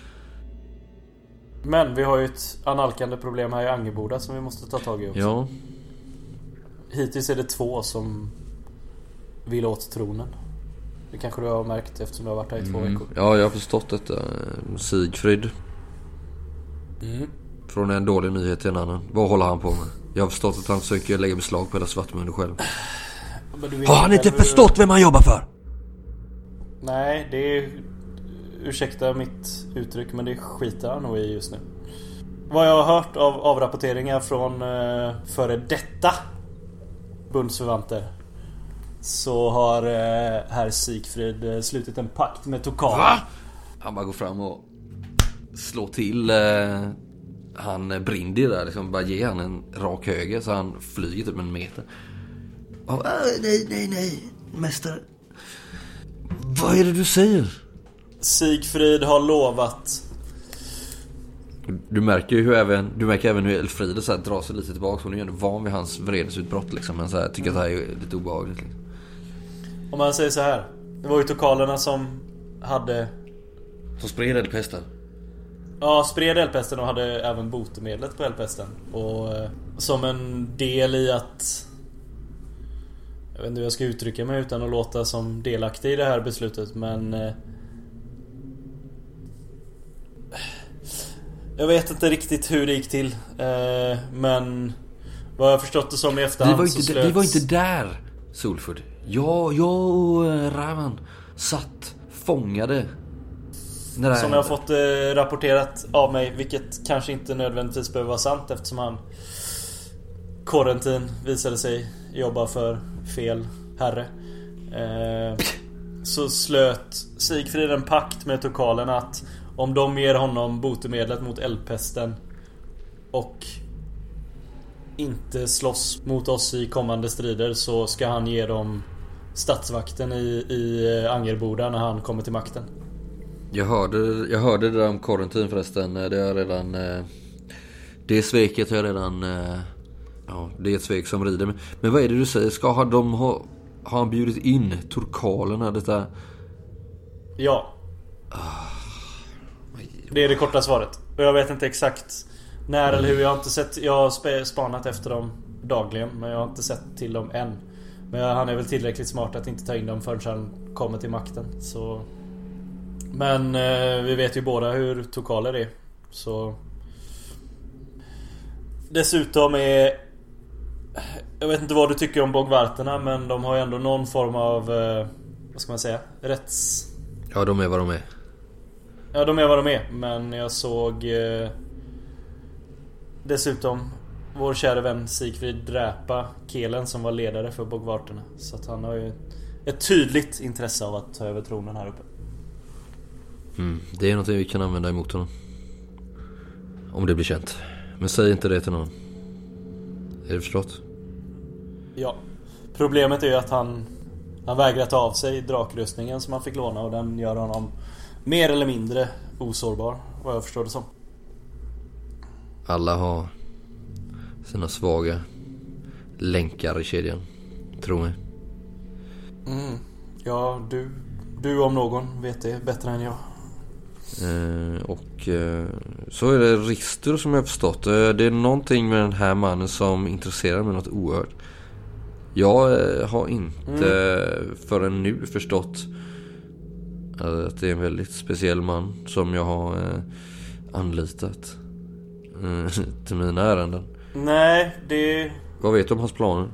Men vi har ju ett analkande problem här i Angerboda som vi måste ta tag i också. Ja. Hittills är det två som vill åt tronen. Det kanske du har märkt eftersom du har varit här i två mm. veckor. Ja, jag har förstått detta. Sigfrid. Mm. Från en dålig nyhet till en annan. Vad håller han på med? Jag har förstått att han försöker lägga beslag på hela Svartmunden själv. Har han inte du... förstått vem han jobbar för? Nej, det är... Ursäkta mitt uttryck, men det skiter han nog i just nu. Vad jag har hört av avrapporteringar från uh, före detta bundsförvanter, så har uh, herr Sigfrid uh, slutit en pakt med Tokal. Va? Han bara går fram och slår till uh, han Brindy där, liksom bara ger han en rak höger så han flyger typ en meter. Oh, uh, nej, nej, nej, mästare. Vad är det du säger? Sigfrid har lovat. Du märker ju hur även du märker även hur Elfrida så här drar sig lite tillbaka. Hon är ju ändå van vid hans vredesutbrott liksom, men så här, tycker mm. att det här är lite obehagligt liksom. Om man säger så här, det var ju tokalerna som hade som spred eldpesten. Ja, spred eldpesten och hade även botemedlet på eldpesten. Och eh, som en del i att, jag vet inte hur jag ska uttrycka mig utan att låta som delaktig i det här beslutet, men eh, jag vet inte riktigt hur det gick till, eh, men Vad jag har förstått det som i efterhand vi var så inte, slöts... vi var inte där, Solford. Jag, jag och Ravan satt fångade. När som jag har fått eh, rapporterat av mig, vilket kanske inte nödvändigtvis behöver vara sant eftersom han Corentin visade sig jobba för fel herre. Eh, så slöt Sigfrid en pakt med Turkalen att om de ger honom botemedlet mot eldpesten och inte slåss mot oss i kommande strider, så ska han ge dem stadsvakten i, i Angerboda när han kommer till makten. Jag hörde, jag hörde det där om Corentin förresten. Det har redan det sveket har jag redan ja, det är ett svek som rider. Men, men vad är det du säger? Ska ha, de ha, ha han bjudit in turkalerna detta? Ja. Det är det korta svaret. Och jag vet inte exakt när eller hur. Jag har inte sett, jag har spanat efter dem dagligen, men jag har inte sett till dem än. Men han är väl tillräckligt smart att inte ta in dem förrän han kommer till makten. Så... Men eh, vi vet ju båda hur turkaler är. Så... Dessutom är... Jag vet inte vad du tycker om bogvarterna, men de har ju ändå någon form av... Eh, vad ska man säga? Rätts... Ja, de är vad de är. Ja, de är vad de är. Men jag såg... Eh, dessutom... Vår kära vän Sigfrid dräpa Kelen som var ledare för bogvarterna. Så att han har ju ett tydligt intresse av att ta över tronen här uppe. Mm, det är något vi kan använda emot honom. Om det blir känt. Men säg inte det till någon. Är det förstått? Ja. Problemet är ju att han Han vägrar ta av sig drakrustningen som han fick låna, och den gör honom mer eller mindre osårbar, vad jag förstår det som. Alla har sina svaga länkar i kedjan, tror mig. Mm. Ja, du Du om någon vet det bättre än jag. Eh, och eh, så är det Rister som jag har förstått. Eh, det är någonting med den här mannen som intresserar mig något oerhört. Jag eh, har inte mm. förrän nu förstått att det är en väldigt speciell man som jag har eh, anlitat eh, till mina ärenden. Nej, det... Vad vet du om hans planer?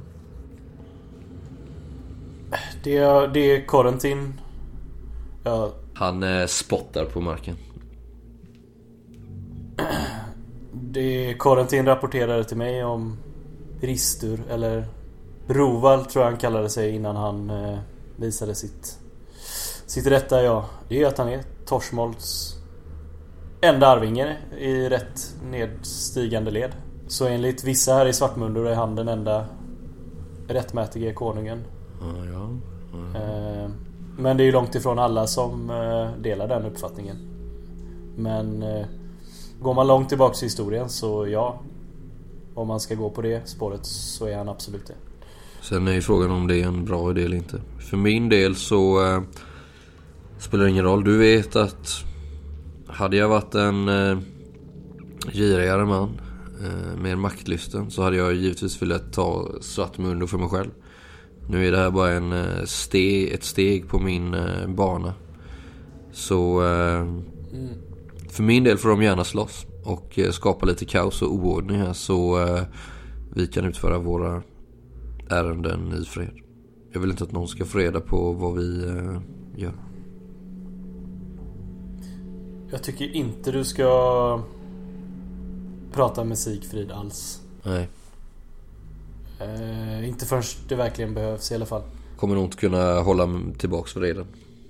Det är, det är Corentin. Ja. Han eh, spottar på marken. Det Corentin rapporterade till mig om Ristur, eller Roval tror jag han kallade sig innan han eh, visade sitt sitt rätta jag. Det är att han är Torsmolds enda arvinge i rätt nedstigande led. Så enligt vissa här i Svartmundur är han den enda rättmätige konungen. Ja, ja. Ja. Eh, men det är ju långt ifrån alla som eh, delar den uppfattningen. Men eh, går man långt tillbaka i historien, så ja, om man ska gå på det spåret, så är han absolut det. Sen är ju frågan om det är en bra idé eller inte. För min del så eh, spelar det ingen roll. Du vet att hade jag varit en eh, girigare man eh, mer maktlysten, så hade jag givetvis velat ta Svartmundur för mig själv. Nu är det här bara en eh, steg, ett steg på min eh, bana. Så eh, mm. för min del får de gärna slåss och eh, skapa lite kaos och oordning här, så eh, vi kan utföra våra ärenden i fred. Jag vill inte att någon ska få reda på vad vi eh, gör. Jag tycker inte du ska prata med Sigfrid alls. Nej. Eh, inte förrän det verkligen behövs i alla fall. Kommer nog inte kunna hålla tillbaks vreden.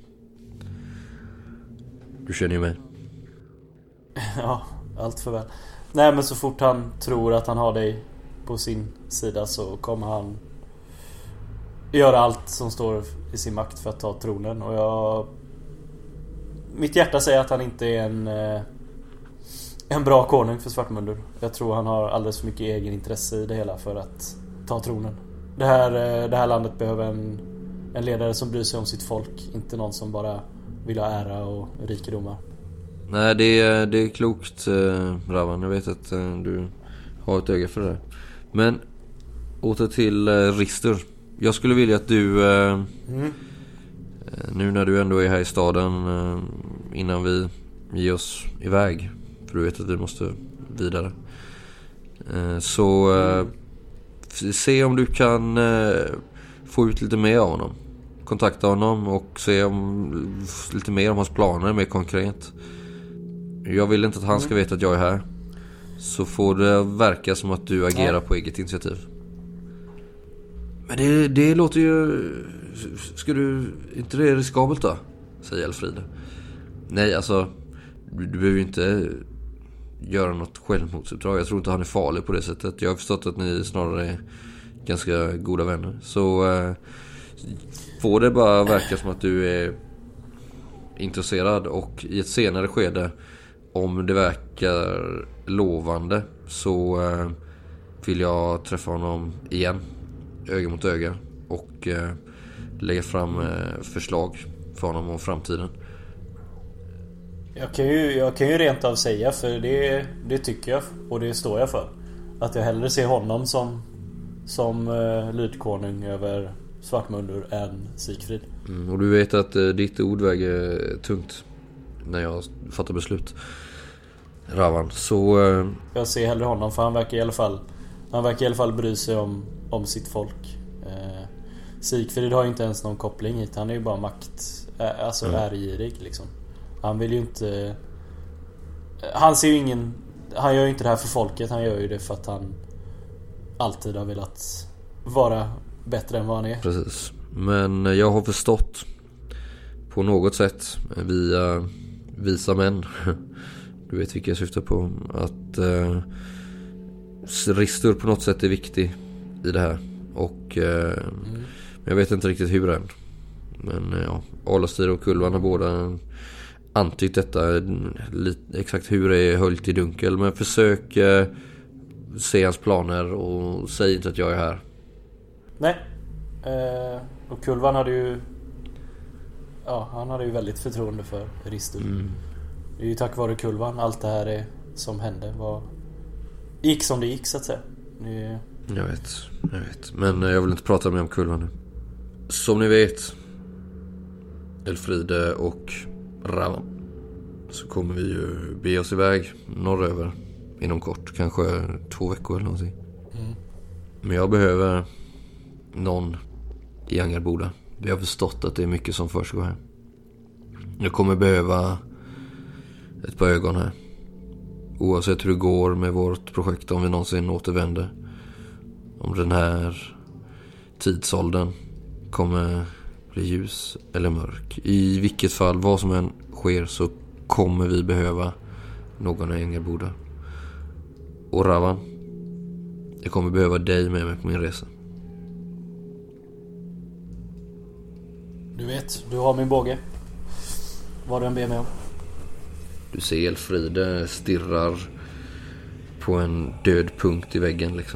Du känner ju mig. Ja, allt för väl. Nej, men så fort han tror att han har dig på sin sida, så kommer han göra allt som står i sin makt för att ta tronen. Och jag... Mitt hjärta säger att han inte är en En bra konung för Svartmundur. Jag tror han har alldeles för mycket egen intresse i det hela för att ta tronen. Det här, det här landet behöver en, en ledare som bryr sig om sitt folk, inte någon som bara vill ha ära och rikedomar. Nej, det är, det är klokt, eh, Ravan. Jag vet att eh, du har ett öga för det. Men åter till eh, Rister. Jag skulle vilja att du eh, mm. nu när du ändå är här i staden, eh, innan vi ger oss iväg, för du vet att vi måste vidare, eh, så eh, se om du kan eh, få ut lite mer av honom. Kontakta honom och se om lite mer om hans planer mer konkret. Jag vill inte att han ska veta att jag är här. Så får det verka som att du agerar på eget initiativ. Men det, det låter ju... Ska du... Inte det är riskabelt då? Säger Elfride. Nej, alltså... Du, du behöver ju inte göra något självmordsuppdrag. Jag tror inte han är farlig på det sättet. Jag har förstått att ni snarare är ganska goda vänner. Så... Eh, får det bara verka som att du är intresserad. Och i ett senare skede... Om det verkar lovande så eh, vill jag träffa honom igen, öga mot öga, och eh, lägga fram eh, förslag för honom om framtiden. Jag kan ju, jag kan ju rent av säga, för det, det tycker jag och det står jag för, att jag hellre ser honom som, som eh, lydkonung över Svartmundur än Sigfrid. Mm, och du vet att eh, ditt ord väger tungt när jag fattar beslut, Ravan. Så eh... jag ser hellre honom, för han verkar i alla fall Han verkar i alla fall bry sig om, om sitt folk. eh, Sigfrid har ju inte ens någon koppling hit. Han är ju bara makt, äh, Alltså mm. ärgirig liksom. Han vill ju inte Han ser ju ingen Han gör ju inte det här för folket. Han gör ju det för att han alltid har velat vara bättre än vad han är. Precis. Men jag har förstått på något sätt via visa män, du vet vilka jag syftar på, att eh, Ristur på något sätt är viktig i det här. Och eh, mm. jag vet inte riktigt hur än. Men ja, Alastir och Kulvan har båda antytt detta. Lite, exakt hur det är höljt i dunkel. Men försök eh, se hans planer och säg inte att jag är här. Nej. Eh, och Kulvan hade ju Ja, han hade ju väldigt förtroende för Ristur. Mm. Det är ju tack vare Kulvan allt det här är, som hände var gick som det gick, så att säga. Det... Jag vet, jag vet. Men jag vill inte prata mer om Kulvan nu. Som ni vet, Elfride och Ravan, så kommer vi ju be oss iväg norröver inom kort. Kanske två veckor eller någonting. Mm. Men jag behöver någon i Angerboda. Vi har förstått att det är mycket som försiggår här. Jag kommer behöva ett par ögon här. Oavsett hur det går med vårt projekt, om vi någonsin återvänder. Om den här tidsåldern kommer bli ljus eller mörk. I vilket fall, vad som än sker, så kommer vi behöva någon i Angerboda. Och Ravan, jag kommer behöva dig med mig på min resa. Du vet, du har min båge. Vad du än ber mig om. Du ser Elfride stirrar på en död punkt i väggen liksom.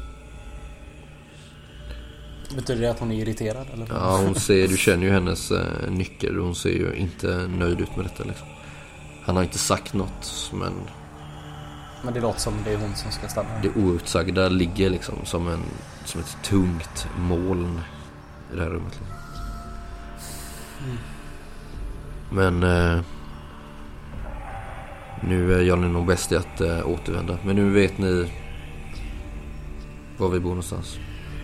Betyder det att hon är irriterad eller? Ja, hon ser, du känner ju hennes eh, nyckel. Hon ser ju inte nöjd ut med detta liksom. Han har inte sagt något, men Men det låter som det är hon som ska stanna. Det outsagda ligger liksom som en som ett tungt moln i det här rummet liksom. Mm. Men eh, nu är jag nog bäst i att eh, återvända. Men nu vet ni var vi bor någonstans.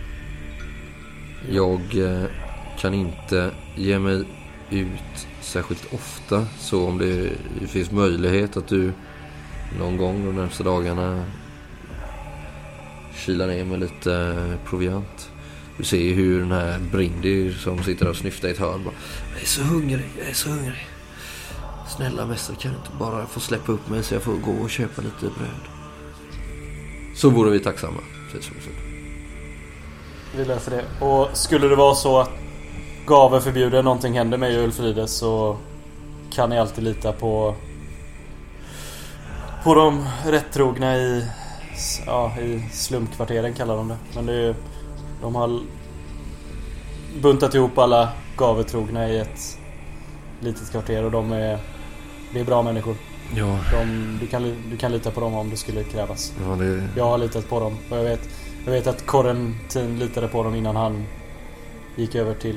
Jag eh, kan inte ge mig ut särskilt ofta. Så om det, det finns möjlighet att du någon gång de närmaste dagarna kylar ner med lite eh, proviant. Du ser ju hur den här Brindy som sitter och snyftar i ett hörn bara, jag är så hungrig, jag är så hungrig. Snälla mästare, kan du inte bara få släppa upp mig så jag får gå och köpa lite bröd? Så vore vi tacksamma. Vi lär för det. Och skulle det vara så att Gave förbjuder någonting händer med Ulfride, så kan ni alltid lita på på de rättrogna i ja, i slumkvarteren kallar de det. Men det är, de har buntat ihop alla gavetrogna i ett litet kvarter, och de är det är bra människor. Ja. De, du, kan, du kan lita på dem om det skulle krävas. Ja, det... Jag har litat på dem. Och jag vet, jag vet att Corentin litade på dem innan han gick över till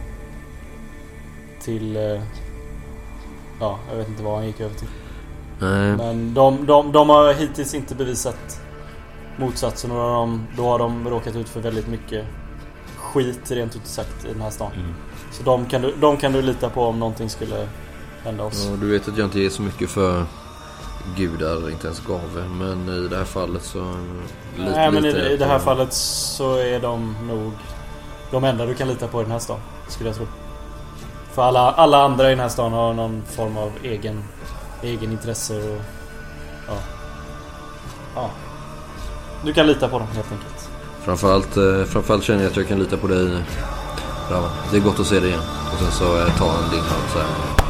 till ja, jag vet inte vad han gick över till. Nej. Men de, de, de har hittills inte bevisat motsatsen. Och de, då har de råkat ut för väldigt mycket skit rent ut sagt i den här stan. Mm. Så de kan, du, de kan du lita på om någonting skulle hända oss. Ja, du vet att jag inte är så mycket för gudar, inte ens gaver. Men i det här fallet så... Lite, Nej, men lite i, i det här fallet så är de nog de enda du kan lita på i den här stan, skulle jag tro. För alla, alla andra i den här stan har någon form av egen, egen intresse och... Ja. Ja. Du kan lita på dem helt enkelt. Framförallt, eh, framförallt känner jag att jag kan lita på dig, Ravan. Det är gott att se dig igen. Och sen så eh, ta en din hand så här.